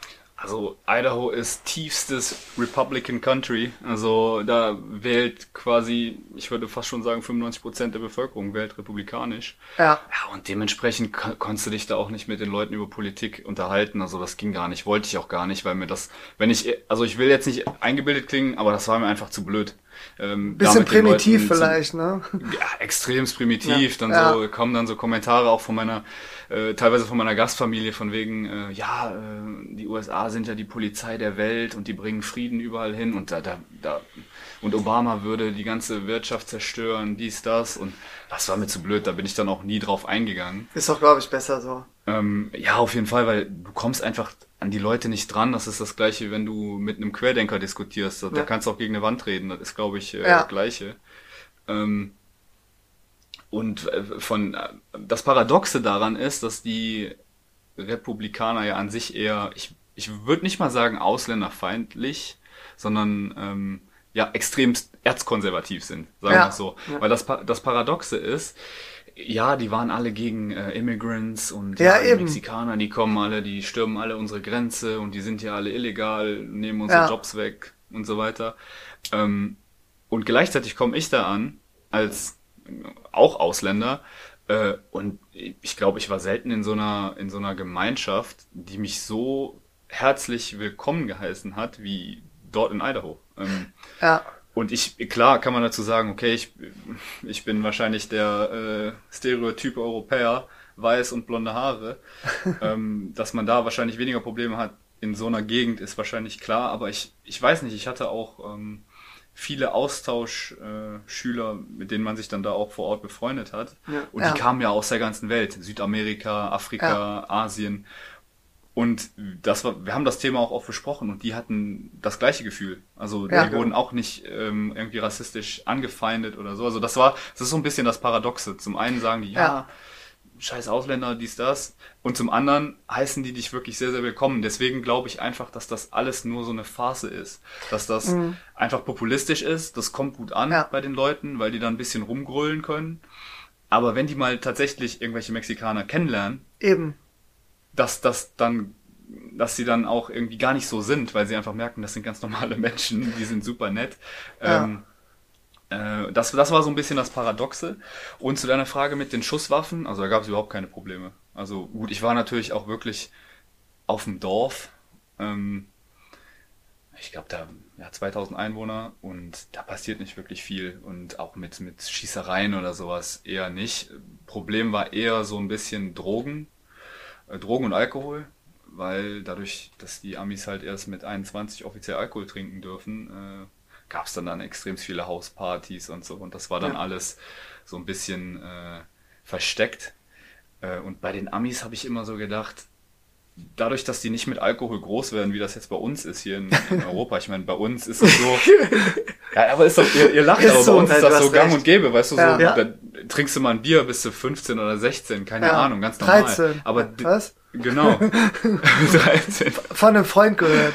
[SPEAKER 3] Also Idaho ist tiefstes Republican Country. Also da wählt quasi, ich würde fast schon sagen, 95% der Bevölkerung wählt republikanisch.
[SPEAKER 2] Ja.
[SPEAKER 3] Ja, und dementsprechend konntest du dich da auch nicht mit den Leuten über Politik unterhalten. Also das ging gar nicht, wollte ich auch gar nicht, weil mir das, also ich will jetzt nicht eingebildet klingen, aber das war mir einfach zu blöd.
[SPEAKER 2] Bisschen primitiv vielleicht, ne?
[SPEAKER 3] Ja, extremst primitiv. Dann kommen dann so Kommentare auch von meiner, teilweise von meiner Gastfamilie von wegen, die USA sind ja die Polizei der Welt und die bringen Frieden überall hin und und Obama würde die ganze Wirtschaft zerstören, dies, das, und das war mir zu blöd, da bin ich dann auch nie drauf eingegangen.
[SPEAKER 1] Ist doch, glaube ich, besser so.
[SPEAKER 3] Ja, auf jeden Fall, weil du kommst einfach an die Leute nicht dran. Das ist das Gleiche, wenn du mit einem Querdenker diskutierst. Da kannst du auch gegen eine Wand reden. Das ist, glaube ich, das Gleiche. Das Paradoxe daran ist, dass die Republikaner ja an sich eher, ich würde nicht mal sagen ausländerfeindlich, sondern extremst erzkonservativ sind, sagen wir es so. Ja. Weil das Paradoxe ist, ja, die waren alle gegen Immigrants und die Mexikaner, die kommen alle, die stürmen alle unsere Grenze und die sind ja alle illegal, nehmen unsere Jobs weg und so weiter. Und gleichzeitig komme ich da an, als auch Ausländer, und ich glaube, ich war selten in so einer Gemeinschaft, die mich so herzlich willkommen geheißen hat, wie dort in Idaho. Und klar kann man dazu sagen, okay, ich bin wahrscheinlich der Stereotyp Europäer, weiß und blonde Haare. Dass man da wahrscheinlich weniger Probleme hat in so einer Gegend, ist wahrscheinlich klar. Aber ich weiß nicht, ich hatte auch viele Austauschschüler, mit denen man sich dann da auch vor Ort befreundet hat. Ja. Und die kamen ja aus der ganzen Welt. Südamerika, Afrika, Asien. Und wir haben das Thema auch oft besprochen und die hatten das gleiche Gefühl. Also die wurden auch nicht irgendwie rassistisch angefeindet oder so. Also das ist so ein bisschen das Paradoxe. Zum einen sagen die, scheiß Ausländer, dies, das. Und zum anderen heißen die dich wirklich sehr, sehr willkommen. Deswegen glaube ich einfach, dass das alles nur so eine Farce ist. Dass das einfach populistisch ist. Das kommt gut an bei den Leuten, weil die dann ein bisschen rumgrölen können. Aber wenn die mal tatsächlich irgendwelche Mexikaner kennenlernen, dass sie dann auch irgendwie gar nicht so sind, weil sie einfach merken, das sind ganz normale Menschen, die sind super nett. Das war so ein bisschen das Paradoxe. Und zu deiner Frage mit den Schusswaffen, also da gab es überhaupt keine Probleme. Also gut, ich war natürlich auch wirklich auf dem Dorf. Ich glaube, da 2000 Einwohner und da passiert nicht wirklich viel. Und auch mit Schießereien oder sowas eher nicht. Problem war eher so ein bisschen Drogen und Alkohol, weil dadurch, dass die Amis halt erst mit 21 offiziell Alkohol trinken dürfen, gab es dann extrem viele Hauspartys und so. Und das war dann alles so ein bisschen versteckt. Und bei den Amis habe ich immer so gedacht, dadurch, dass die nicht mit Alkohol groß werden, wie das jetzt bei uns ist hier in Europa. Ich meine, bei uns ist es so... Ja, aber ist doch, ihr lacht, aber bei uns ist das so gang und gäbe, weißt du, so, da trinkst du mal ein Bier, bist du 15 oder 16, keine Ahnung, ganz normal.
[SPEAKER 2] 13.
[SPEAKER 3] Aber
[SPEAKER 2] was?
[SPEAKER 3] Genau. 13.
[SPEAKER 2] Von einem Freund gehört.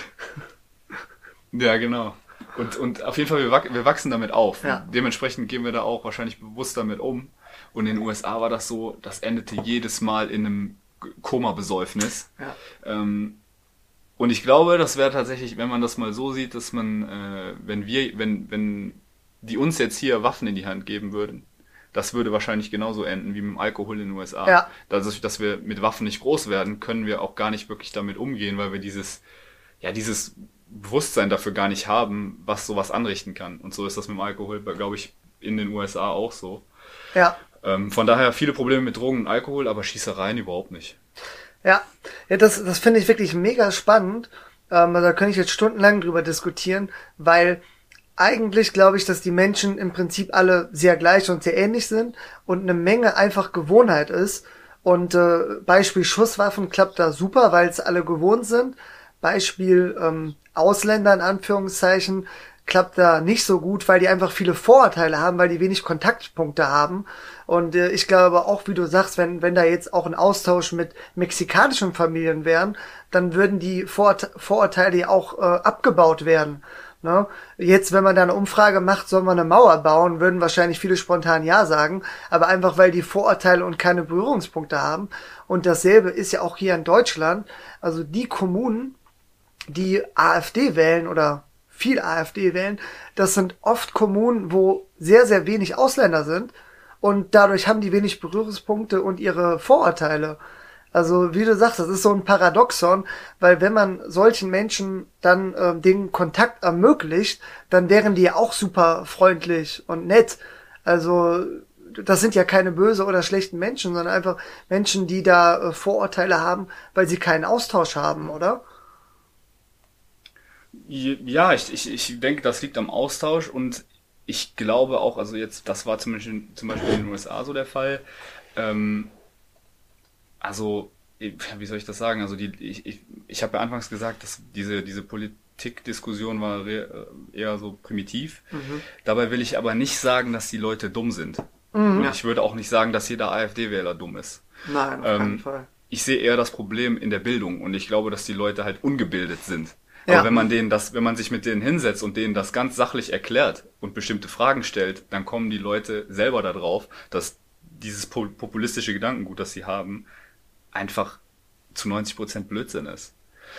[SPEAKER 3] Ja, genau. Und auf jeden Fall, wir wachsen damit auf. Ja. Dementsprechend gehen wir da auch wahrscheinlich bewusst damit um. Und in den USA war das so, das endete jedes Mal in einem Koma-Besäufnis. Ja. Und ich glaube, das wäre tatsächlich, wenn man das mal so sieht, dass man, wenn die uns jetzt hier Waffen in die Hand geben würden, das würde wahrscheinlich genauso enden wie mit dem Alkohol in den USA. Ja. Dadurch, dass wir mit Waffen nicht groß werden, können wir auch gar nicht wirklich damit umgehen, weil wir dieses Bewusstsein dafür gar nicht haben, was sowas anrichten kann. Und so ist das mit dem Alkohol, glaube ich, in den USA auch so.
[SPEAKER 2] Ja.
[SPEAKER 3] Von daher viele Probleme mit Drogen und Alkohol, aber Schießereien überhaupt nicht.
[SPEAKER 2] Ja, das finde ich wirklich mega spannend. Da könnte ich jetzt stundenlang drüber diskutieren, weil eigentlich glaube ich, dass die Menschen im Prinzip alle sehr gleich und sehr ähnlich sind und eine Menge einfach Gewohnheit ist. Und Beispiel Schusswaffen klappt da super, weil es alle gewohnt sind. Beispiel Ausländer in Anführungszeichen klappt da nicht so gut, weil die einfach viele Vorurteile haben, weil die wenig Kontaktpunkte haben. Und ich glaube auch, wie du sagst, wenn da jetzt auch ein Austausch mit mexikanischen Familien wären, dann würden die Vorurteile ja auch abgebaut werden. Ne? Jetzt, wenn man da eine Umfrage macht, soll man eine Mauer bauen, würden wahrscheinlich viele spontan Ja sagen, aber einfach, weil die Vorurteile und keine Berührungspunkte haben. Und dasselbe ist ja auch hier in Deutschland. Also die Kommunen, die AfD wählen oder viel AfD wählen, das sind oft Kommunen, wo sehr, sehr wenig Ausländer sind und dadurch haben die wenig Berührungspunkte und ihre Vorurteile. Also wie du sagst, das ist so ein Paradoxon, weil wenn man solchen Menschen dann den Kontakt ermöglicht, dann wären die ja auch super freundlich und nett. Also das sind ja keine böse oder schlechten Menschen, sondern einfach Menschen, die da Vorurteile haben, weil sie keinen Austausch haben, oder?
[SPEAKER 3] Ja, ich denke, das liegt am Austausch und ich glaube auch, also jetzt, das war zum Beispiel in den USA so der Fall. Ähm, also, wie soll ich das sagen? Also ich habe ja anfangs gesagt, dass diese Politikdiskussion war eher so primitiv. Dabei will ich aber nicht sagen, dass die Leute dumm sind. Und ich würde auch nicht sagen, dass jeder AfD-Wähler dumm ist.
[SPEAKER 1] Nein, auf keinen Fall.
[SPEAKER 3] Ich sehe eher das Problem in der Bildung und ich glaube, dass die Leute halt ungebildet sind.
[SPEAKER 2] Ja.
[SPEAKER 3] Aber wenn man sich mit denen hinsetzt und denen das ganz sachlich erklärt und bestimmte Fragen stellt, dann kommen die Leute selber da drauf, dass dieses populistische Gedankengut, das sie haben, einfach zu 90% Blödsinn ist.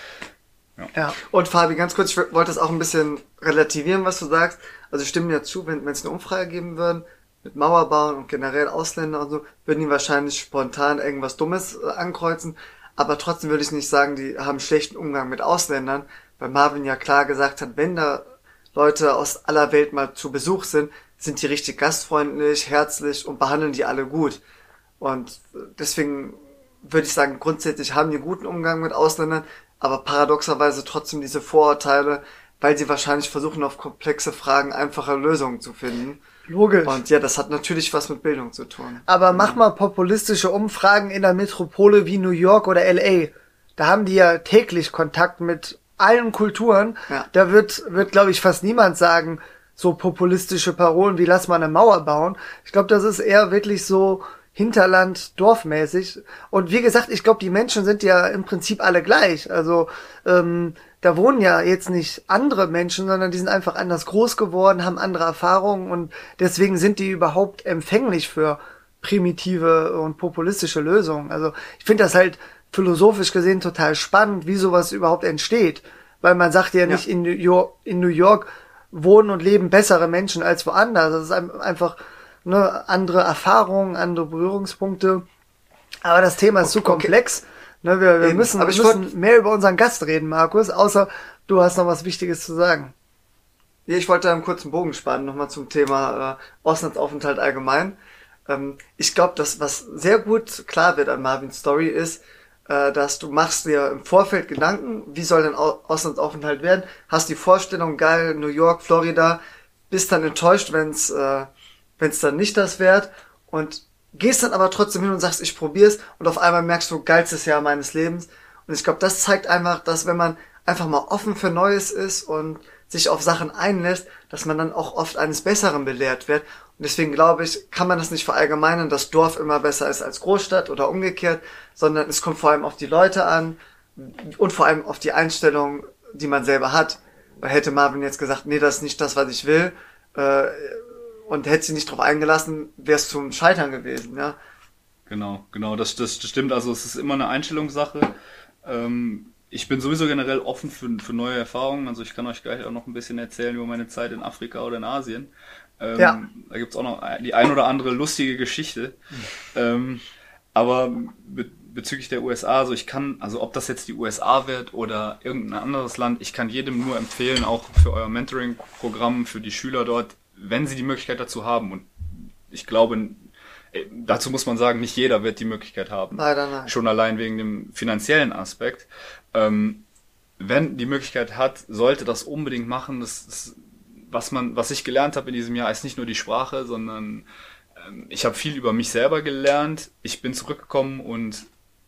[SPEAKER 2] Ja.
[SPEAKER 1] Und Fabi, ganz kurz, ich wollte das auch ein bisschen relativieren, was du sagst. Also ich stimme dir zu, wenn es eine Umfrage geben würden, mit Mauerbauen und generell Ausländer und so, würden die wahrscheinlich spontan irgendwas Dummes ankreuzen. Aber trotzdem würde ich nicht sagen, die haben schlechten Umgang mit Ausländern, weil Marvin ja klar gesagt hat, wenn da Leute aus aller Welt mal zu Besuch sind, sind die richtig gastfreundlich, herzlich und behandeln die alle gut. Und deswegen würde ich sagen, grundsätzlich haben die einen guten Umgang mit Ausländern, aber paradoxerweise trotzdem diese Vorurteile, weil sie wahrscheinlich versuchen, auf komplexe Fragen einfache Lösungen zu finden.
[SPEAKER 2] Logisch.
[SPEAKER 1] Und ja, das hat natürlich was mit Bildung zu tun.
[SPEAKER 2] Aber mach mal populistische Umfragen in der Metropole wie New York oder LA. Da haben die ja täglich Kontakt mit allen Kulturen.
[SPEAKER 1] Ja.
[SPEAKER 2] Da wird glaube ich, fast niemand sagen, so populistische Parolen wie lass mal eine Mauer bauen. Ich glaube, das ist eher wirklich so Hinterland, dorfmäßig. Und wie gesagt, ich glaube, die Menschen sind ja im Prinzip alle gleich. Also da wohnen ja jetzt nicht andere Menschen, sondern die sind einfach anders groß geworden, haben andere Erfahrungen und deswegen sind die überhaupt empfänglich für primitive und populistische Lösungen. Also ich finde das halt philosophisch gesehen total spannend, wie sowas überhaupt entsteht. Weil man sagt ja nicht, in New York wohnen und leben bessere Menschen als woanders. Das ist einfach eine andere Erfahrung, andere Berührungspunkte. Aber das Thema ist zu komplex. Ne, wir müssen mehr über unseren Gast reden, Markus, außer du hast noch was Wichtiges zu sagen.
[SPEAKER 1] Ja, ich wollte da einen kurzen Bogen spannen, nochmal zum Thema Auslandsaufenthalt allgemein. Ich glaube, dass was sehr gut klar wird an Marvins Story ist, dass du machst dir im Vorfeld Gedanken, wie soll dein Auslandsaufenthalt werden, hast die Vorstellung, geil, New York, Florida, bist dann enttäuscht, wenn's dann nicht das wird und gehst dann aber trotzdem hin und sagst, ich probier's und auf einmal merkst du, geilstes Jahr meines Lebens. Und ich glaube, das zeigt einfach, dass wenn man einfach mal offen für Neues ist und sich auf Sachen einlässt, dass man dann auch oft eines Besseren belehrt wird. Und deswegen glaube ich, kann man das nicht verallgemeinern, dass Dorf immer besser ist als Großstadt oder umgekehrt, sondern es kommt vor allem auf die Leute an und vor allem auf die Einstellung, die man selber hat. Weil hätte Marvin jetzt gesagt, nee, das ist nicht das, was ich will, und hätte sie nicht drauf eingelassen, wäre es zum Scheitern gewesen, ja.
[SPEAKER 3] Genau, das stimmt. Also es ist immer eine Einstellungssache. Ich bin sowieso generell offen für neue Erfahrungen. Also ich kann euch gleich auch noch ein bisschen erzählen über meine Zeit in Afrika oder in Asien. Da gibt's auch noch die ein oder andere lustige Geschichte. Aber bezüglich der USA, also ob das jetzt die USA wird oder irgendein anderes Land, ich kann jedem nur empfehlen, auch für euer Mentoring-Programm, für die Schüler dort, wenn sie die Möglichkeit dazu haben. Und ich glaube, dazu muss man sagen, nicht jeder wird die Möglichkeit haben.
[SPEAKER 1] Leider nein.
[SPEAKER 3] Schon allein wegen dem finanziellen Aspekt. Wenn die Möglichkeit hat, sollte das unbedingt machen. Was ich gelernt habe in diesem Jahr, ist nicht nur die Sprache, sondern ich habe viel über mich selber gelernt. Ich bin zurückgekommen und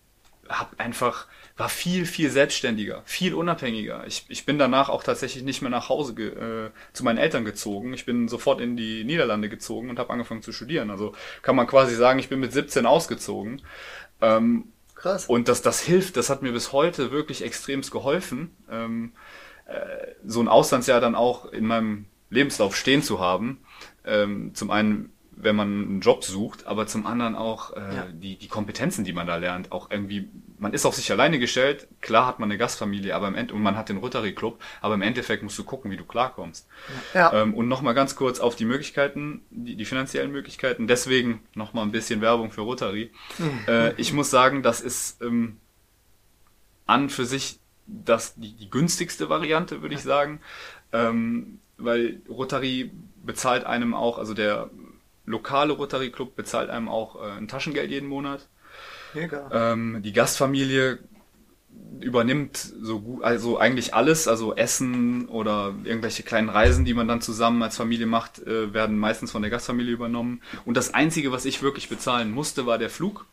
[SPEAKER 3] war viel, viel selbstständiger, viel unabhängiger. Ich bin danach auch tatsächlich nicht mehr nach Hause zu meinen Eltern gezogen. Ich bin sofort in die Niederlande gezogen und habe angefangen zu studieren. Also kann man quasi sagen, ich bin mit 17 ausgezogen.
[SPEAKER 1] Krass.
[SPEAKER 3] Und das hilft, das hat mir bis heute wirklich extremst geholfen, so ein Auslandsjahr dann auch in meinem Lebenslauf stehen zu haben. Zum einen wenn man einen Job sucht, aber zum anderen auch die Kompetenzen, die man da lernt, auch irgendwie, man ist auf sich alleine gestellt, klar hat man eine Gastfamilie, aber und man hat den Rotary Club, aber im Endeffekt musst du gucken, wie du klarkommst.
[SPEAKER 2] Ja.
[SPEAKER 3] Und nochmal ganz kurz auf die Möglichkeiten, die finanziellen Möglichkeiten, deswegen nochmal ein bisschen Werbung für Rotary. Ich muss sagen, das ist an für sich die günstigste Variante, würde ich sagen, weil Rotary bezahlt einem auch, also der lokale Rotary Club bezahlt einem auch ein Taschengeld jeden Monat.
[SPEAKER 2] Mega.
[SPEAKER 3] Die Gastfamilie übernimmt so gut, also eigentlich alles, also Essen oder irgendwelche kleinen Reisen, die man dann zusammen als Familie macht, werden meistens von der Gastfamilie übernommen. Und das Einzige, was ich wirklich bezahlen musste, war der Flug.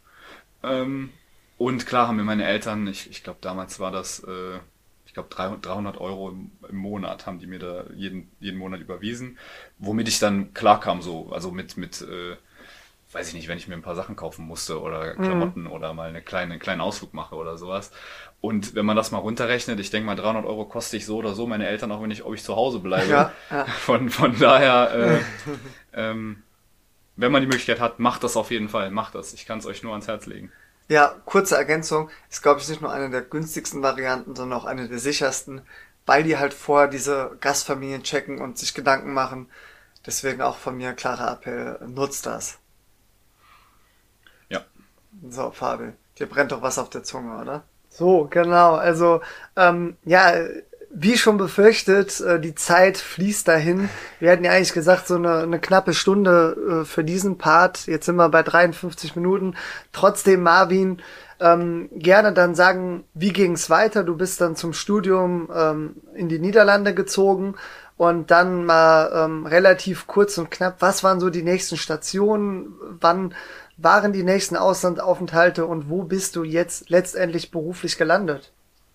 [SPEAKER 3] Und klar haben mir meine Eltern, ich glaube damals war das, ich glaube 300 Euro im Monat haben die mir da jeden Monat überwiesen, womit ich dann klarkam, so, also mit weiß ich nicht, wenn ich mir ein paar Sachen kaufen musste oder Klamotten oder mal einen kleinen Ausflug mache oder sowas. Und wenn man das mal runterrechnet, ich denke mal 300 Euro koste ich so oder so meine Eltern, auch wenn ob ich zu Hause bleibe.
[SPEAKER 2] Ja.
[SPEAKER 3] Von daher, wenn man die Möglichkeit hat, macht das auf jeden Fall, macht das. Ich kann es euch nur ans Herz legen.
[SPEAKER 1] Ja, kurze Ergänzung, ist glaube ich nicht nur eine der günstigsten Varianten, sondern auch eine der sichersten, weil die halt vorher diese Gastfamilien checken und sich Gedanken machen. Deswegen auch von mir klarer Appell, nutzt das.
[SPEAKER 3] Ja.
[SPEAKER 1] So, Fabi, dir brennt doch was auf der Zunge, oder?
[SPEAKER 2] So, genau. Also, wie schon befürchtet, die Zeit fließt dahin. Wir hatten ja eigentlich gesagt, so eine knappe Stunde für diesen Part. Jetzt sind wir bei 53 Minuten. Trotzdem, Marvin, gerne dann sagen, wie ging's weiter? Du bist dann zum Studium in die Niederlande gezogen und dann mal relativ kurz und knapp, was waren so die nächsten Stationen? Wann waren die nächsten Auslandsaufenthalte und wo bist du jetzt letztendlich beruflich gelandet?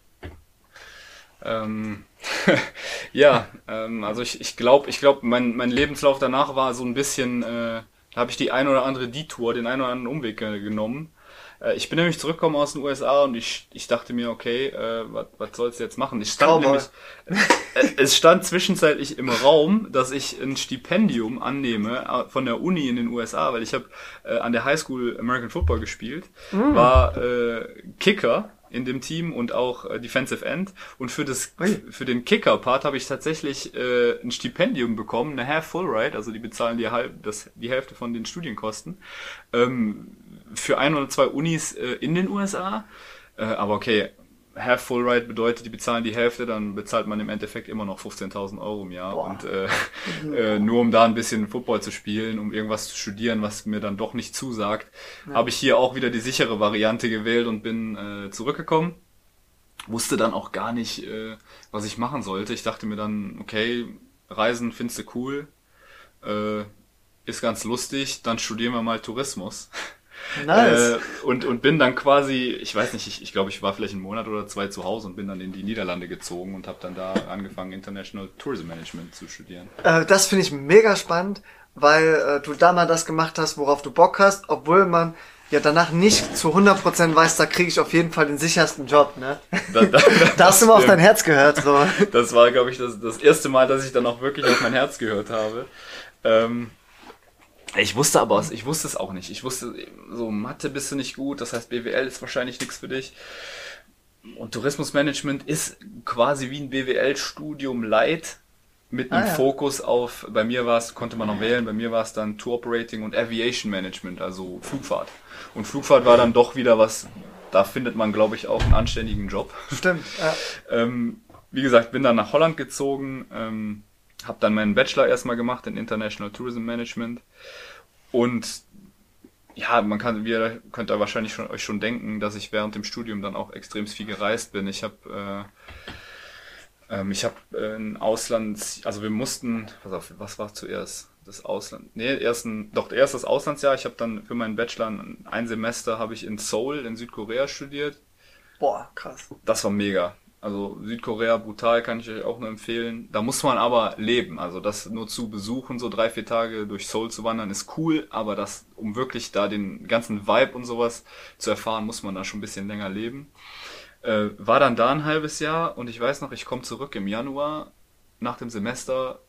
[SPEAKER 3] Also ich glaube, mein Lebenslauf danach war so ein bisschen, da habe ich die ein oder andere Detour, den ein oder anderen Umweg genommen. Ich bin nämlich zurückgekommen aus den USA und ich dachte mir, okay, was sollst du jetzt machen? Es stand zwischenzeitlich im Raum, dass ich ein Stipendium annehme von der Uni in den USA, weil ich habe an der High School American Football gespielt, war Kicker in dem Team und auch Defensive End. Und für den Kicker-Part habe ich tatsächlich ein Stipendium bekommen, eine Half Full Ride, also die bezahlen die Hälfte von den Studienkosten, für 1 oder 2 Unis in den USA. Aber okay, Half Full Ride bedeutet, die bezahlen die Hälfte, dann bezahlt man im Endeffekt immer noch 15.000 Euro im Jahr.
[SPEAKER 2] Boah.
[SPEAKER 3] Und nur um da ein bisschen Football zu spielen, um irgendwas zu studieren, was mir dann doch nicht zusagt, habe ich hier auch wieder die sichere Variante gewählt und bin zurückgekommen. Wusste dann auch gar nicht, was ich machen sollte. Ich dachte mir dann, okay, Reisen findest du cool, ist ganz lustig, dann studieren wir mal Tourismus.
[SPEAKER 1] Nice.
[SPEAKER 3] Und bin dann quasi, ich weiß nicht, ich glaube, ich war vielleicht 1 Monat oder 2 zu Hause und bin dann in die Niederlande gezogen und habe dann da angefangen, International Tourism Management zu studieren.
[SPEAKER 1] Das finde ich mega spannend, weil du da mal das gemacht hast, worauf du Bock hast, obwohl man ja danach nicht zu 100% weiß, da kriege ich auf jeden Fall den sichersten Job, ne? Da hast du mal auf dein Herz gehört, so.
[SPEAKER 3] Das war, glaube ich, das erste Mal, dass ich dann auch wirklich auf mein Herz gehört habe. Ich wusste es auch nicht. Ich wusste, so Mathe bist du nicht gut, das heißt BWL ist wahrscheinlich nichts für dich. Und Tourismusmanagement ist quasi wie ein BWL-Studium light mit einem Fokus auf, bei mir konnte man noch wählen, bei mir war es dann Tour Operating und Aviation Management, also Flugfahrt. Und Flugfahrt war dann doch wieder was, da findet man, glaube ich, auch einen anständigen Job.
[SPEAKER 1] Stimmt, ja.
[SPEAKER 3] Wie gesagt, bin dann nach Holland gezogen, habe dann meinen Bachelor erstmal gemacht in International Tourism Management und ja, ihr könnt da wahrscheinlich euch schon denken, dass ich während dem Studium dann auch extrem viel gereist bin. Ich habe ein Auslands, also wir mussten, pass auf, was war zuerst? Das Ausland, erst das Auslandsjahr. Ich habe dann für meinen Bachelor ein Semester habe ich in Seoul in Südkorea studiert.
[SPEAKER 1] Boah, krass.
[SPEAKER 3] Das war mega. Also Südkorea, brutal, kann ich euch auch nur empfehlen. Da muss man aber leben. Also das nur zu besuchen, so 3-4 Tage durch Seoul zu wandern, ist cool. Aber um wirklich da den ganzen Vibe und sowas zu erfahren, muss man da schon ein bisschen länger leben. War dann da ein halbes Jahr und ich weiß noch, ich komme zurück im Januar nach dem Semester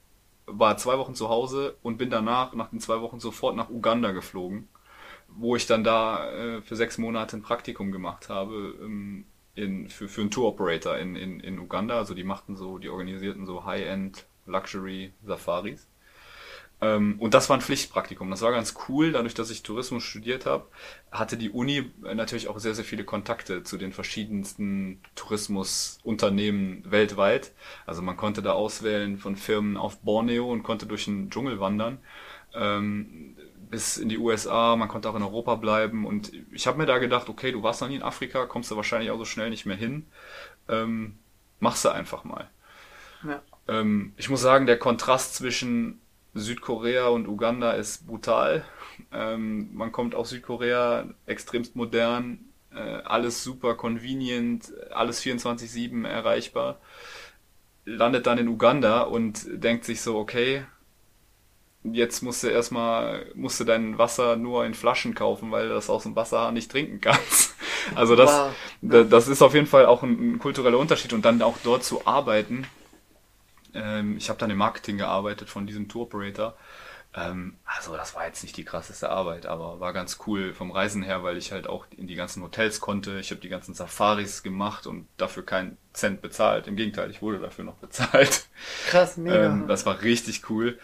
[SPEAKER 3] war 2 Wochen zu Hause und bin danach, nach den 2 Wochen, sofort nach Uganda geflogen, wo ich dann da für 6 Monate ein Praktikum gemacht habe für einen Tour-Operator in Uganda. Also die organisierten so High-End Luxury Safaris. Und das war ein Pflichtpraktikum. Das war ganz cool. Dadurch, dass ich Tourismus studiert habe, hatte die Uni natürlich auch sehr, sehr viele Kontakte zu den verschiedensten Tourismusunternehmen weltweit. Also man konnte da auswählen von Firmen auf Borneo und konnte durch den Dschungel wandern. Bis in die USA, man konnte auch in Europa bleiben. Und ich habe mir da gedacht, okay, du warst noch nie in Afrika, kommst du wahrscheinlich auch so schnell nicht mehr hin. Machst du einfach mal.
[SPEAKER 1] Ja.
[SPEAKER 3] Ich muss sagen, der Kontrast zwischen Südkorea und Uganda ist brutal. Man kommt aus Südkorea extremst modern, alles super convenient, alles 24/7 erreichbar, landet dann in Uganda und denkt sich so, okay, jetzt musst du dein Wasser nur in Flaschen kaufen, weil du das aus dem Wasserhahn nicht trinken kannst. Also das ist auf jeden Fall auch ein kultureller Unterschied und dann auch dort zu arbeiten. Ich habe dann im Marketing gearbeitet von diesem Tour-Operator. Also das war jetzt nicht die krasseste Arbeit, aber war ganz cool vom Reisen her, weil ich halt auch in die ganzen Hotels konnte. Ich habe die ganzen Safaris gemacht und dafür keinen Cent bezahlt. Im Gegenteil, ich wurde dafür noch bezahlt.
[SPEAKER 2] Krass, mega.
[SPEAKER 3] Das war richtig cool.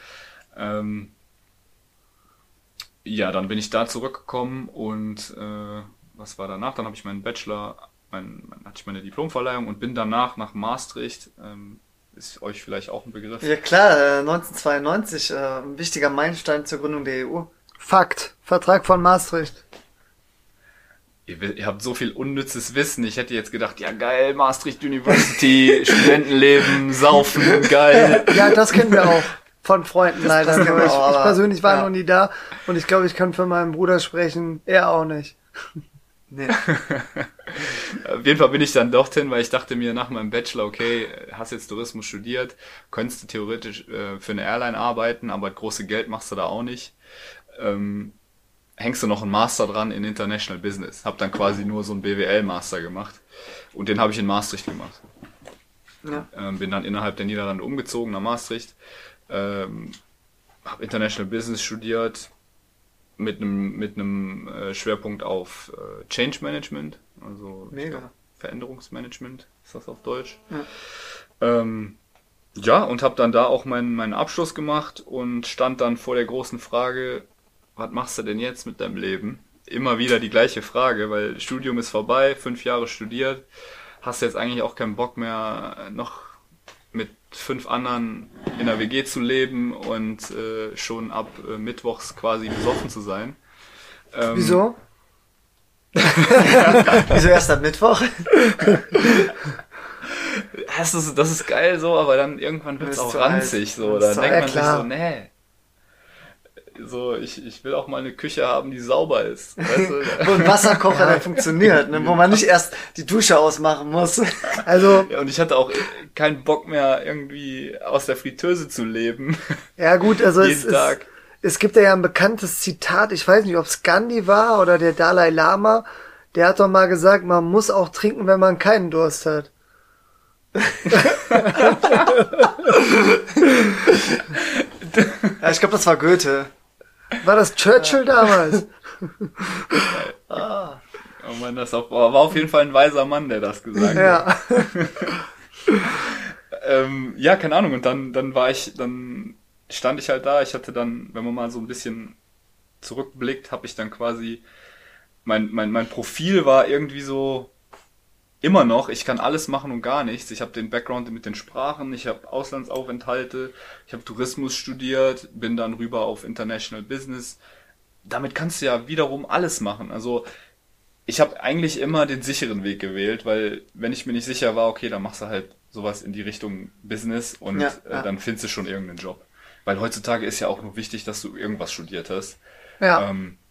[SPEAKER 3] Ja, dann bin ich da zurückgekommen und was war danach? Dann habe ich meinen Bachelor, hatte ich meine Diplomverleihung und bin danach nach Maastricht. Ist euch vielleicht auch ein Begriff?
[SPEAKER 1] Ja klar, 1992, ein wichtiger Meilenstein zur Gründung der EU.
[SPEAKER 2] Fakt. Vertrag von Maastricht.
[SPEAKER 3] Ihr habt so viel unnützes Wissen. Ich hätte jetzt gedacht, ja geil, Maastricht University, Studentenleben, Saufen, geil.
[SPEAKER 2] Ja, das kennen wir auch von Freunden leider.
[SPEAKER 1] kennen wir auch,
[SPEAKER 2] Ich
[SPEAKER 1] aber-
[SPEAKER 2] persönlich war
[SPEAKER 1] ja.
[SPEAKER 2] noch nie da und ich glaube, ich kann für meinen Bruder sprechen. Er auch nicht.
[SPEAKER 1] Nee.
[SPEAKER 3] Auf jeden Fall bin ich dann dorthin, weil ich dachte mir nach meinem Bachelor, okay, hast jetzt Tourismus studiert, könntest du theoretisch für eine Airline arbeiten, aber große Geld machst du da auch nicht. Hängst du noch einen Master dran in International Business. Hab dann quasi nur so einen BWL-Master gemacht und den habe ich in Maastricht gemacht.
[SPEAKER 1] Ja.
[SPEAKER 3] Bin dann innerhalb der Niederlande umgezogen nach Maastricht, habe International Business studiert, mit einem Schwerpunkt auf Change Management, also ich
[SPEAKER 1] Mega.
[SPEAKER 3] glaub, Veränderungsmanagement ist das auf Deutsch.
[SPEAKER 1] Ja.
[SPEAKER 3] Ja, und habe dann da auch meinen Abschluss gemacht und stand dann vor der großen Frage, was machst du denn jetzt mit deinem Leben? Immer wieder die gleiche Frage, weil Studium ist vorbei, 5 Jahre studiert, hast jetzt eigentlich auch keinen Bock mehr, noch mit 5 anderen in der WG zu leben und schon ab mittwochs quasi besoffen zu sein.
[SPEAKER 2] Wieso?
[SPEAKER 1] Wieso erst am Mittwoch?
[SPEAKER 3] Das ist geil so, aber dann irgendwann wird es
[SPEAKER 1] Ist
[SPEAKER 3] auch
[SPEAKER 1] zu
[SPEAKER 3] ranzig.
[SPEAKER 1] alt.
[SPEAKER 3] So.
[SPEAKER 1] Ist
[SPEAKER 3] Dann
[SPEAKER 1] zu
[SPEAKER 3] denkt
[SPEAKER 2] alt,
[SPEAKER 3] man sich
[SPEAKER 2] klar.
[SPEAKER 3] so, nee. So, ich will auch mal eine Küche haben, die sauber ist. Weißt du?
[SPEAKER 1] Wo ein Wasserkocher der funktioniert, ne? Wo man nicht erst die Dusche ausmachen muss.
[SPEAKER 2] Also,
[SPEAKER 3] Ja, und ich hatte auch keinen Bock mehr, irgendwie aus der Fritteuse zu leben.
[SPEAKER 2] ja gut, also
[SPEAKER 3] Jeden Tag.
[SPEAKER 2] es gibt ja ein bekanntes Zitat, ich weiß nicht, ob es Gandhi war oder der Dalai Lama, der hat doch mal gesagt, man muss auch trinken, wenn man keinen Durst hat.
[SPEAKER 1] Ja, ich glaube, das war Goethe.
[SPEAKER 2] War das Churchill damals?
[SPEAKER 3] Oh Mann, war auf jeden Fall ein weiser Mann, der das gesagt hat.
[SPEAKER 2] Ja.
[SPEAKER 3] Ja, keine Ahnung. Und dann stand ich halt da. Ich hatte dann, wenn man mal so ein bisschen zurückblickt, habe ich dann quasi, mein Profil war irgendwie so, immer noch, ich kann alles machen und gar nichts. Ich habe den Background mit den Sprachen, ich habe Auslandsaufenthalte, ich habe Tourismus studiert, bin dann rüber auf International Business. Damit kannst du ja wiederum alles machen. Also ich habe eigentlich immer den sicheren Weg gewählt, weil wenn ich mir nicht sicher war, okay, dann machst du halt sowas in die Richtung Business und
[SPEAKER 1] Ja, ja.
[SPEAKER 3] dann findest du schon irgendeinen Job. Weil heutzutage ist ja auch nur wichtig, dass du irgendwas studiert hast.
[SPEAKER 2] Ja.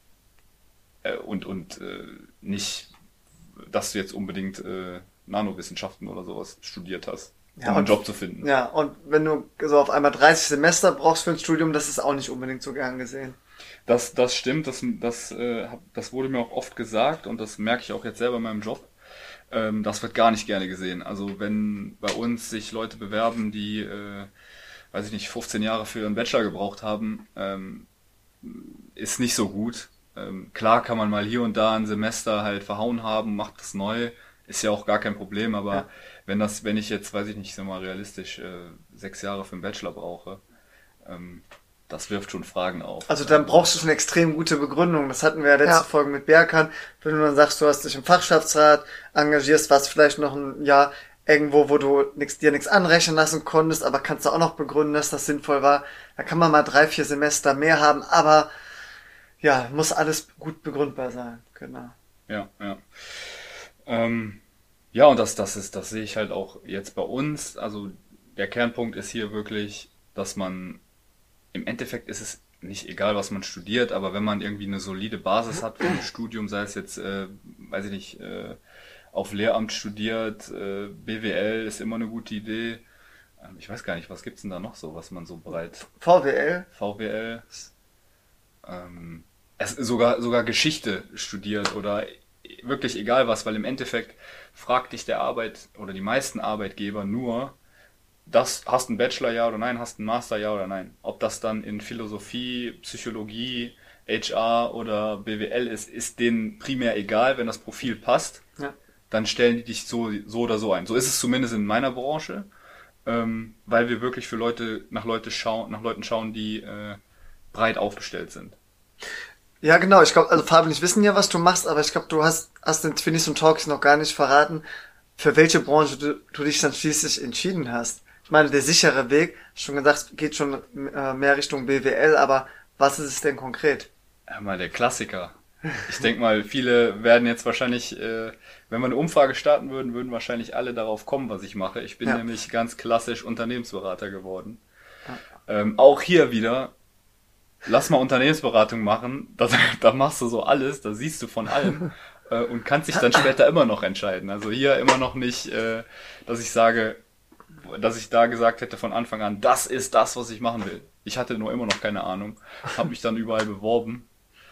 [SPEAKER 3] Und nicht, dass du jetzt unbedingt Nanowissenschaften oder sowas studiert hast,
[SPEAKER 1] Ja,
[SPEAKER 3] um einen
[SPEAKER 1] und-
[SPEAKER 3] Job zu finden.
[SPEAKER 1] Ja, und wenn du so auf einmal 30 Semester brauchst für ein Studium, das ist auch nicht unbedingt so gern gesehen.
[SPEAKER 3] Das stimmt, das wurde mir auch oft gesagt und das merke ich auch jetzt selber in meinem Job. Das wird gar nicht gerne gesehen. Also wenn bei uns sich Leute bewerben, die weiß ich nicht, 15 Jahre für einen Bachelor gebraucht haben, ist nicht so gut. Klar kann man mal hier und da ein Semester halt verhauen haben, macht das neu, ist ja auch gar kein Problem, aber wenn ich jetzt, weiß ich nicht, sag mal realistisch, 6 Jahre für einen Bachelor brauche, das wirft schon Fragen auf.
[SPEAKER 1] Also dann brauchst du schon eine extrem gute Begründung. Das hatten wir ja letzte Folge mit Berkan. Wenn du dann sagst, du hast dich im Fachschaftsrat engagierst, warst vielleicht noch ein Jahr irgendwo, wo du dir nichts anrechnen lassen konntest, aber kannst du auch noch begründen, dass das sinnvoll war. Da kann man mal 3-4 Semester mehr haben, aber ja, muss alles gut begründbar sein. Genau.
[SPEAKER 3] Ja. Ja, und das sehe ich halt auch jetzt bei uns. Also der Kernpunkt ist hier wirklich, dass man, im Endeffekt ist es nicht egal, was man studiert, aber wenn man irgendwie eine solide Basis hat für ein Studium, sei es jetzt, weiß ich nicht, auf Lehramt studiert, BWL ist immer eine gute Idee. Ich weiß gar nicht, was gibt's denn da noch so, was man so breit... VWL. Sogar Geschichte studiert oder wirklich egal was, weil im Endeffekt fragt dich der oder die meisten Arbeitgeber nur, hast du ein Bachelorjahr oder nein, hast du ein Masterjahr oder nein. Ob das dann in Philosophie, Psychologie, HR oder BWL ist denen primär egal, wenn das Profil passt.
[SPEAKER 1] Ja.
[SPEAKER 3] Dann stellen die dich so oder so ein. So ist es zumindest in meiner Branche, weil wir wirklich nach Leuten schauen, die breit aufgestellt sind.
[SPEAKER 1] Ja, genau. Ich glaube, also Fabian, ich wissen ja, was du machst, aber ich glaube, du hast den Twinnies und Talks noch gar nicht verraten, für welche Branche du dich dann schließlich entschieden hast. Ich meine, der sichere Weg, schon gesagt, geht schon mehr Richtung BWL, aber was ist es denn konkret?
[SPEAKER 3] Ja, mal der Klassiker. Ich denke mal, viele werden jetzt wahrscheinlich, wenn wir eine Umfrage starten würden wahrscheinlich alle darauf kommen, was ich mache. Ich bin nämlich ganz klassisch Unternehmensberater geworden. Ja. Auch hier wieder, lass mal Unternehmensberatung machen, da machst du so alles, da siehst du von allem und kannst dich dann später immer noch entscheiden. Also hier immer noch nicht, dass ich sage, dass ich da gesagt hätte von Anfang an, das ist das, was ich machen will. Ich hatte nur immer noch keine Ahnung, habe mich dann überall beworben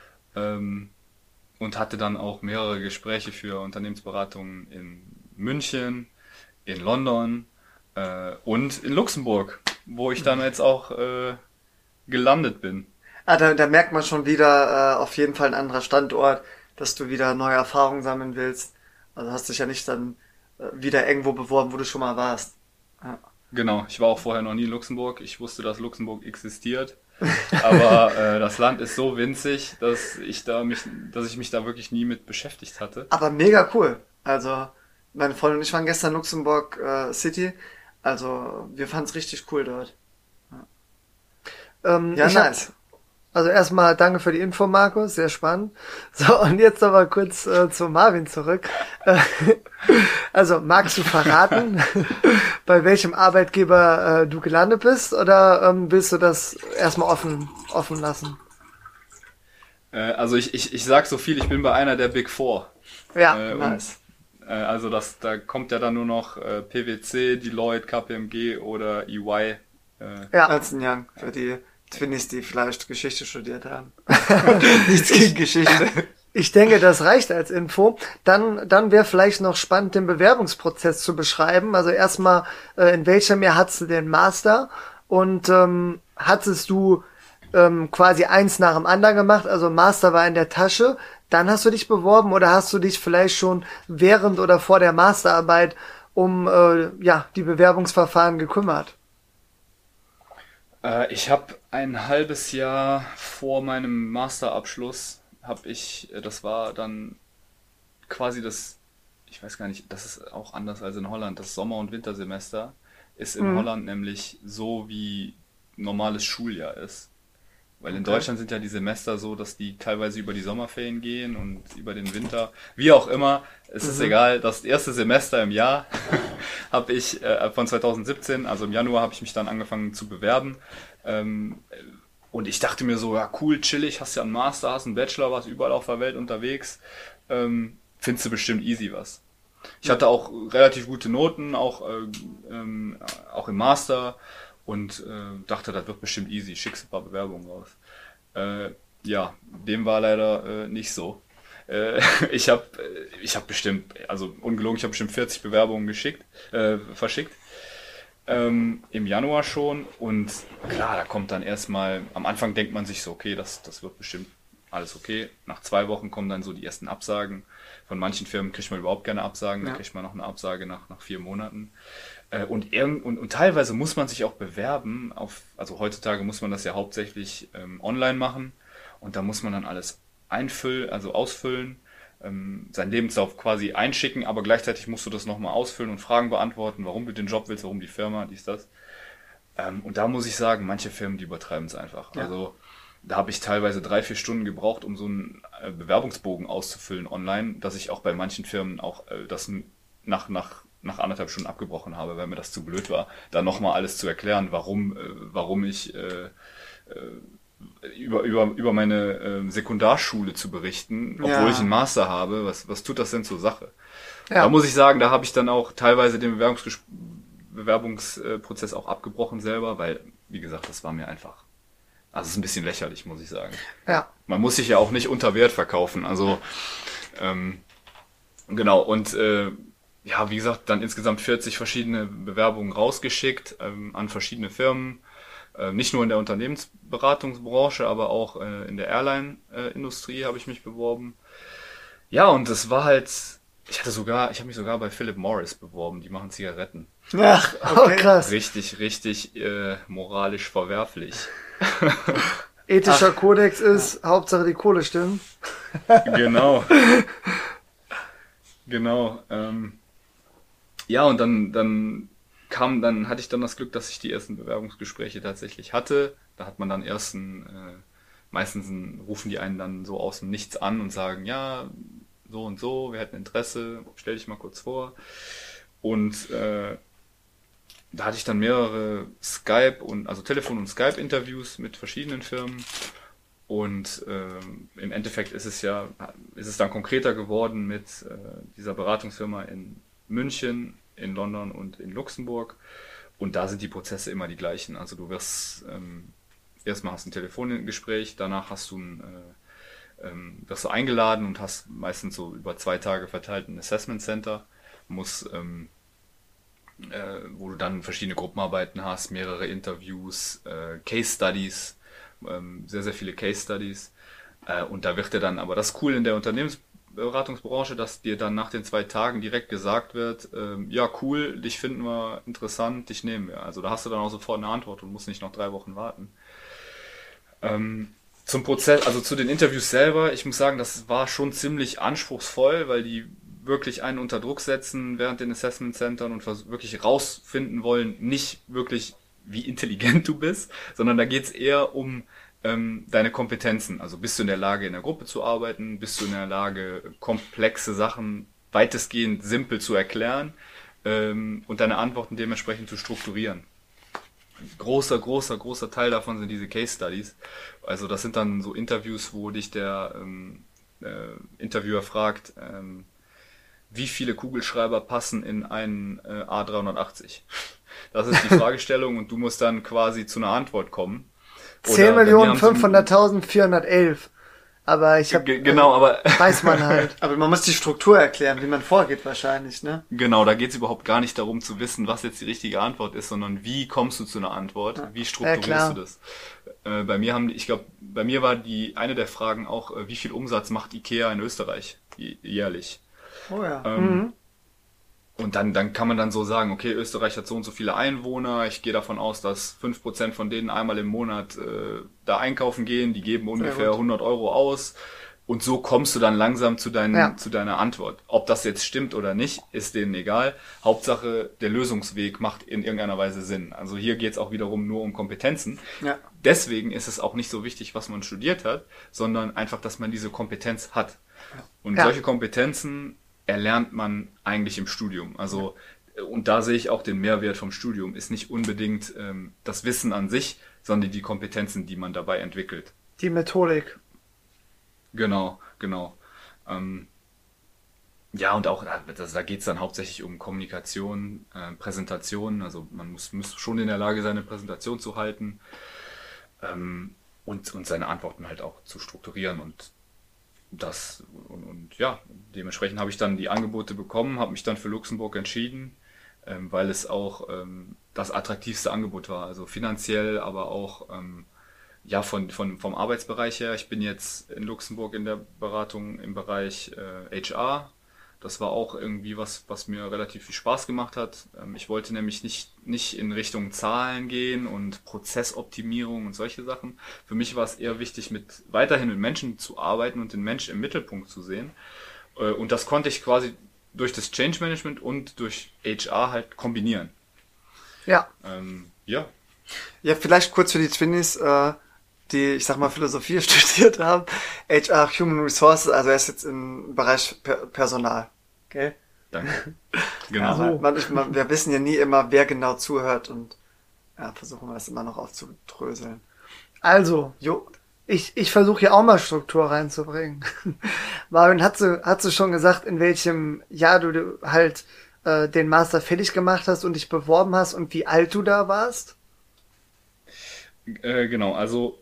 [SPEAKER 3] und hatte dann auch mehrere Gespräche für Unternehmensberatungen in München, in London und in Luxemburg, wo ich dann jetzt auch gelandet bin.
[SPEAKER 1] Da merkt man schon wieder auf jeden Fall ein anderer Standort, dass du wieder neue Erfahrungen sammeln willst. Also hast dich ja nicht dann wieder irgendwo beworben, wo du schon mal warst. Ja.
[SPEAKER 3] Genau, ich war auch vorher noch nie in Luxemburg. Ich wusste, dass Luxemburg existiert. Aber das Land ist so winzig, dass ich mich da wirklich nie mit beschäftigt hatte.
[SPEAKER 1] Aber mega cool. Also meine Freundin und ich waren gestern in Luxemburg City. Also wir fanden es richtig cool dort.
[SPEAKER 2] Ja, nice. Also erstmal danke für die Info, Markus, sehr spannend. So, und jetzt aber kurz zu Marvin zurück. Also magst du verraten, bei welchem Arbeitgeber du gelandet bist, oder willst du das erstmal offen lassen?
[SPEAKER 3] Also ich sag so viel, ich bin bei einer der Big Four.
[SPEAKER 1] Ja, nice.
[SPEAKER 3] Also da kommt ja dann nur noch PwC, Deloitte, KPMG oder EY.
[SPEAKER 1] Ernst & Young, für die Twinnies, die vielleicht Geschichte studiert haben. Nichts gegen Geschichte.
[SPEAKER 2] Ich denke, das reicht als Info. Dann wäre vielleicht noch spannend, den Bewerbungsprozess zu beschreiben. Also erstmal, in welchem Jahr hattest du den Master? Und hattest du quasi eins nach dem anderen gemacht? Also Master war in der Tasche. Dann hast du dich beworben, oder hast du dich vielleicht schon während oder vor der Masterarbeit um die Bewerbungsverfahren gekümmert?
[SPEAKER 3] Ich habe ein halbes Jahr vor meinem Masterabschluss, das war dann quasi ich weiß gar nicht, das ist auch anders als in Holland, das Sommer- und Wintersemester ist in Holland nämlich so, wie normales Schuljahr ist. Weil in Deutschland sind ja die Semester so, dass die teilweise über die Sommerferien gehen und über den Winter. Wie auch immer, es ist egal. Das erste Semester im Jahr habe ich von 2017, also im Januar, habe ich mich dann angefangen zu bewerben. Und ich dachte mir so, ja cool, chillig, hast ja einen Master, hast einen Bachelor, warst überall auf der Welt unterwegs. Findest du bestimmt easy was. Ich hatte auch relativ gute Noten, auch im Master. Und dachte, das wird bestimmt easy, schickst ein paar Bewerbungen raus. Dem war leider nicht so. Ich habe bestimmt, also ungelogen, ich habe bestimmt 40 Bewerbungen verschickt. Im Januar schon und klar, da kommt dann erstmal, am Anfang denkt man sich so, okay, das wird bestimmt alles okay. Nach 2 Wochen kommen dann so die ersten Absagen. Von manchen Firmen kriegt man überhaupt keine Absagen, da kriegt man noch eine Absage nach 4 Monaten. Und teilweise muss man sich auch bewerben, also heutzutage muss man das ja hauptsächlich online machen und da muss man dann alles ausfüllen, seinen Lebenslauf quasi einschicken, aber gleichzeitig musst du das nochmal ausfüllen und Fragen beantworten, warum du den Job willst, warum die Firma, dies, das. Und da muss ich sagen, manche Firmen, die übertreiben es einfach. Ja. Also da habe ich teilweise 3-4 Stunden gebraucht, um so einen Bewerbungsbogen auszufüllen online, dass ich auch bei manchen Firmen auch das nach 1,5 Stunden abgebrochen habe, weil mir das zu blöd war, da nochmal alles zu erklären, warum ich über meine Sekundarschule zu berichten, obwohl ich einen Master habe. Was tut das denn zur Sache? Ja. Da muss ich sagen, da habe ich dann auch teilweise den Bewerbungsprozess auch abgebrochen selber, weil, wie gesagt, das war mir einfach, also es ist ein bisschen lächerlich, muss ich sagen.
[SPEAKER 2] Ja.
[SPEAKER 3] Man muss sich ja auch nicht unter Wert verkaufen, also genau, und ja, wie gesagt, dann insgesamt 40 verschiedene Bewerbungen rausgeschickt an verschiedene Firmen. Nicht nur in der Unternehmensberatungsbranche, aber auch in der Airline-Industrie habe ich mich beworben. Ja, und das war halt, ich habe mich sogar bei Philip Morris beworben, die machen Zigaretten.
[SPEAKER 2] Ach, okay. Krass.
[SPEAKER 3] Richtig moralisch verwerflich.
[SPEAKER 2] Ethischer Kodex ist, Hauptsache die Kohle stimmt.
[SPEAKER 3] Genau. Ja, und dann hatte ich dann das Glück, dass ich die ersten Bewerbungsgespräche tatsächlich hatte. Da hat man dann meistens rufen die einen dann so aus dem Nichts an und sagen, ja, so und so, wir hätten Interesse, stell dich mal kurz vor. Und da hatte ich dann mehrere Telefon- und Skype-Interviews mit verschiedenen Firmen. Und im Endeffekt ist es dann konkreter geworden mit dieser Beratungsfirma in München, in London und in Luxemburg. Und da sind die Prozesse immer die gleichen. Also du wirst erstmal hast ein Telefongespräch, danach wirst du eingeladen und hast meistens so über 2 Tage verteilt ein Assessment Center, wo du dann verschiedene Gruppenarbeiten hast, mehrere Interviews, Case Studies, sehr, sehr viele Case Studies. Und da wird dir dann, aber das ist cool in der Unternehmensberatungsbranche, dass dir dann nach den 2 Tagen direkt gesagt wird, ja cool, dich finden wir interessant, dich nehmen wir. Also da hast du dann auch sofort eine Antwort und musst nicht noch 3 Wochen warten. Zum Prozess, also zu den Interviews selber, ich muss sagen, das war schon ziemlich anspruchsvoll, weil die wirklich einen unter Druck setzen während den Assessment Centern und wirklich rausfinden wollen, nicht wirklich wie intelligent du bist, sondern da geht's eher um deine Kompetenzen. Also bist du in der Lage, in der Gruppe zu arbeiten? Bist du in der Lage, komplexe Sachen weitestgehend simpel zu erklären und deine Antworten dementsprechend zu strukturieren? Großer Teil davon sind diese Case Studies. Also das sind dann so Interviews, wo dich der Interviewer fragt, wie viele Kugelschreiber passen in einen A380? Das ist die Fragestellung und du musst dann quasi zu einer Antwort kommen.
[SPEAKER 2] 10.500.411. Aber ich habe
[SPEAKER 3] genau, aber
[SPEAKER 2] weiß man halt.
[SPEAKER 1] Aber man muss die Struktur erklären, wie man vorgeht wahrscheinlich, ne?
[SPEAKER 3] Genau, da geht es überhaupt gar nicht darum zu wissen, was jetzt die richtige Antwort ist, sondern wie kommst du zu einer Antwort, wie strukturierst du das? Bei mir war eine der Fragen auch, wie viel Umsatz macht IKEA in Österreich jährlich?
[SPEAKER 1] Oh ja.
[SPEAKER 3] Und dann kann man dann so sagen, okay, Österreich hat so und so viele Einwohner, ich gehe davon aus, dass 5% von denen einmal im Monat da einkaufen gehen, die geben ungefähr 100 Euro aus und so kommst du dann langsam zu deiner Antwort. Ob das jetzt stimmt oder nicht, ist denen egal. Hauptsache, der Lösungsweg macht in irgendeiner Weise Sinn. Also hier geht es auch wiederum nur um Kompetenzen. Ja. Deswegen ist es auch nicht so wichtig, was man studiert hat, sondern einfach, dass man diese Kompetenz hat. Und solche Kompetenzen erlernt man eigentlich im Studium. Also, und da sehe ich auch den Mehrwert vom Studium. Ist nicht unbedingt das Wissen an sich, sondern die Kompetenzen, die man dabei entwickelt.
[SPEAKER 2] Die Methodik.
[SPEAKER 3] Genau. Ja, und auch, da geht es dann hauptsächlich um Kommunikation, Präsentation. Also man muss schon in der Lage sein, eine Präsentation zu halten und seine Antworten halt auch zu strukturieren und ja, dementsprechend habe ich dann die Angebote bekommen, habe mich dann für Luxemburg entschieden, weil es auch das attraktivste Angebot war. Also finanziell, aber auch ja vom Arbeitsbereich her. Ich bin jetzt in Luxemburg in der Beratung im Bereich HR. Das war auch irgendwie was mir relativ viel Spaß gemacht hat. Ich wollte nämlich nicht in Richtung Zahlen gehen und Prozessoptimierung und solche Sachen. Für mich war es eher wichtig, weiterhin mit Menschen zu arbeiten und den Menschen im Mittelpunkt zu sehen. Und das konnte ich quasi durch das Change Management und durch HR halt kombinieren.
[SPEAKER 2] Ja.
[SPEAKER 3] Ja.
[SPEAKER 1] Ja, vielleicht kurz für die Twinnies, die, ich sag mal, Philosophie studiert haben. HR, Human Resources, also er ist jetzt im Bereich Personal. Okay?
[SPEAKER 3] Danke. Genau.
[SPEAKER 1] Aber wir wissen ja nie immer, wer genau zuhört und ja, versuchen wir das immer noch aufzudröseln.
[SPEAKER 2] Also, ich versuche hier auch mal Struktur reinzubringen. Marvin, hast du schon gesagt, in welchem Jahr du halt den Master fertig gemacht hast und dich beworben hast und wie alt du da warst?
[SPEAKER 3] Genau, also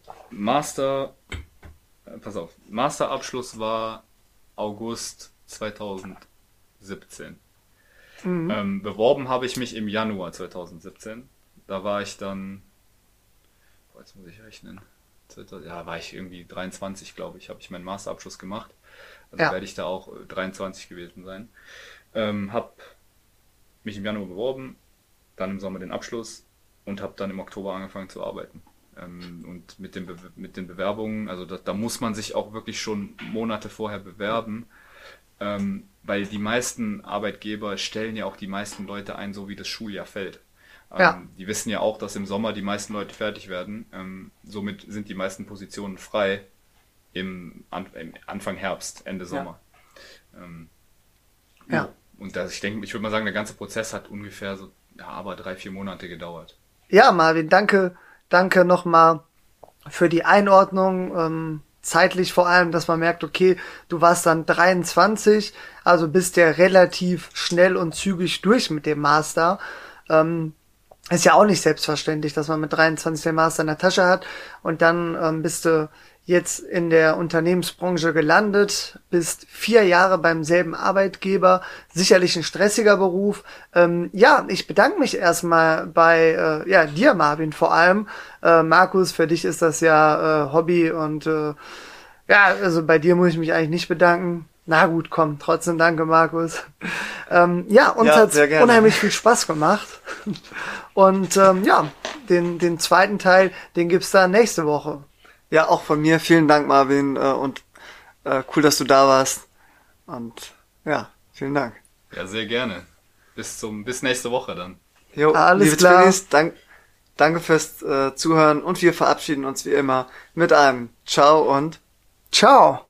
[SPEAKER 3] Masterabschluss war August 2017. Beworben habe ich mich im Januar 2017. Da war ich dann, jetzt muss ich rechnen, war ich irgendwie 23, glaube ich, habe ich meinen Masterabschluss gemacht. Also werde ich da auch 23 gewesen sein. Habe mich im Januar beworben, dann im Sommer den Abschluss und habe dann im Oktober angefangen zu arbeiten. Und mit den Bewerbungen, also da muss man sich auch wirklich schon Monate vorher bewerben, weil die meisten Arbeitgeber stellen ja auch die meisten Leute ein, so wie das Schuljahr fällt. Die wissen ja auch, dass im Sommer die meisten Leute fertig werden. Somit sind die meisten Positionen frei im Anfang Herbst, Ende Sommer. Und ich würde mal sagen, der ganze Prozess hat ungefähr aber 3-4 Monate gedauert.
[SPEAKER 2] Ja, Marvin, danke nochmal für die Einordnung, zeitlich vor allem, dass man merkt, okay, du warst dann 23, also bist ja relativ schnell und zügig durch mit dem Master. Ist ja auch nicht selbstverständlich, dass man mit 23 den Master in der Tasche hat und dann bist du jetzt in der Unternehmensbranche gelandet, bist 4 Jahre beim selben Arbeitgeber, sicherlich ein stressiger Beruf. Ich bedanke mich erstmal bei dir, Marvin, vor allem. Markus, für dich ist das ja Hobby und also bei dir muss ich mich eigentlich nicht bedanken. Na gut, komm, trotzdem danke, Markus. Uns hat's unheimlich viel Spaß gemacht. Und den zweiten Teil, den gibt's dann nächste Woche.
[SPEAKER 1] Ja, auch von mir vielen Dank, Marvin, und cool, dass du da warst. Und ja, vielen Dank.
[SPEAKER 3] Ja, sehr gerne. Bis nächste Woche dann.
[SPEAKER 1] Jo,
[SPEAKER 2] alles
[SPEAKER 1] liebe
[SPEAKER 2] klar.
[SPEAKER 1] Twinnies, danke fürs Zuhören und wir verabschieden uns wie immer mit einem Ciao und
[SPEAKER 2] Ciao.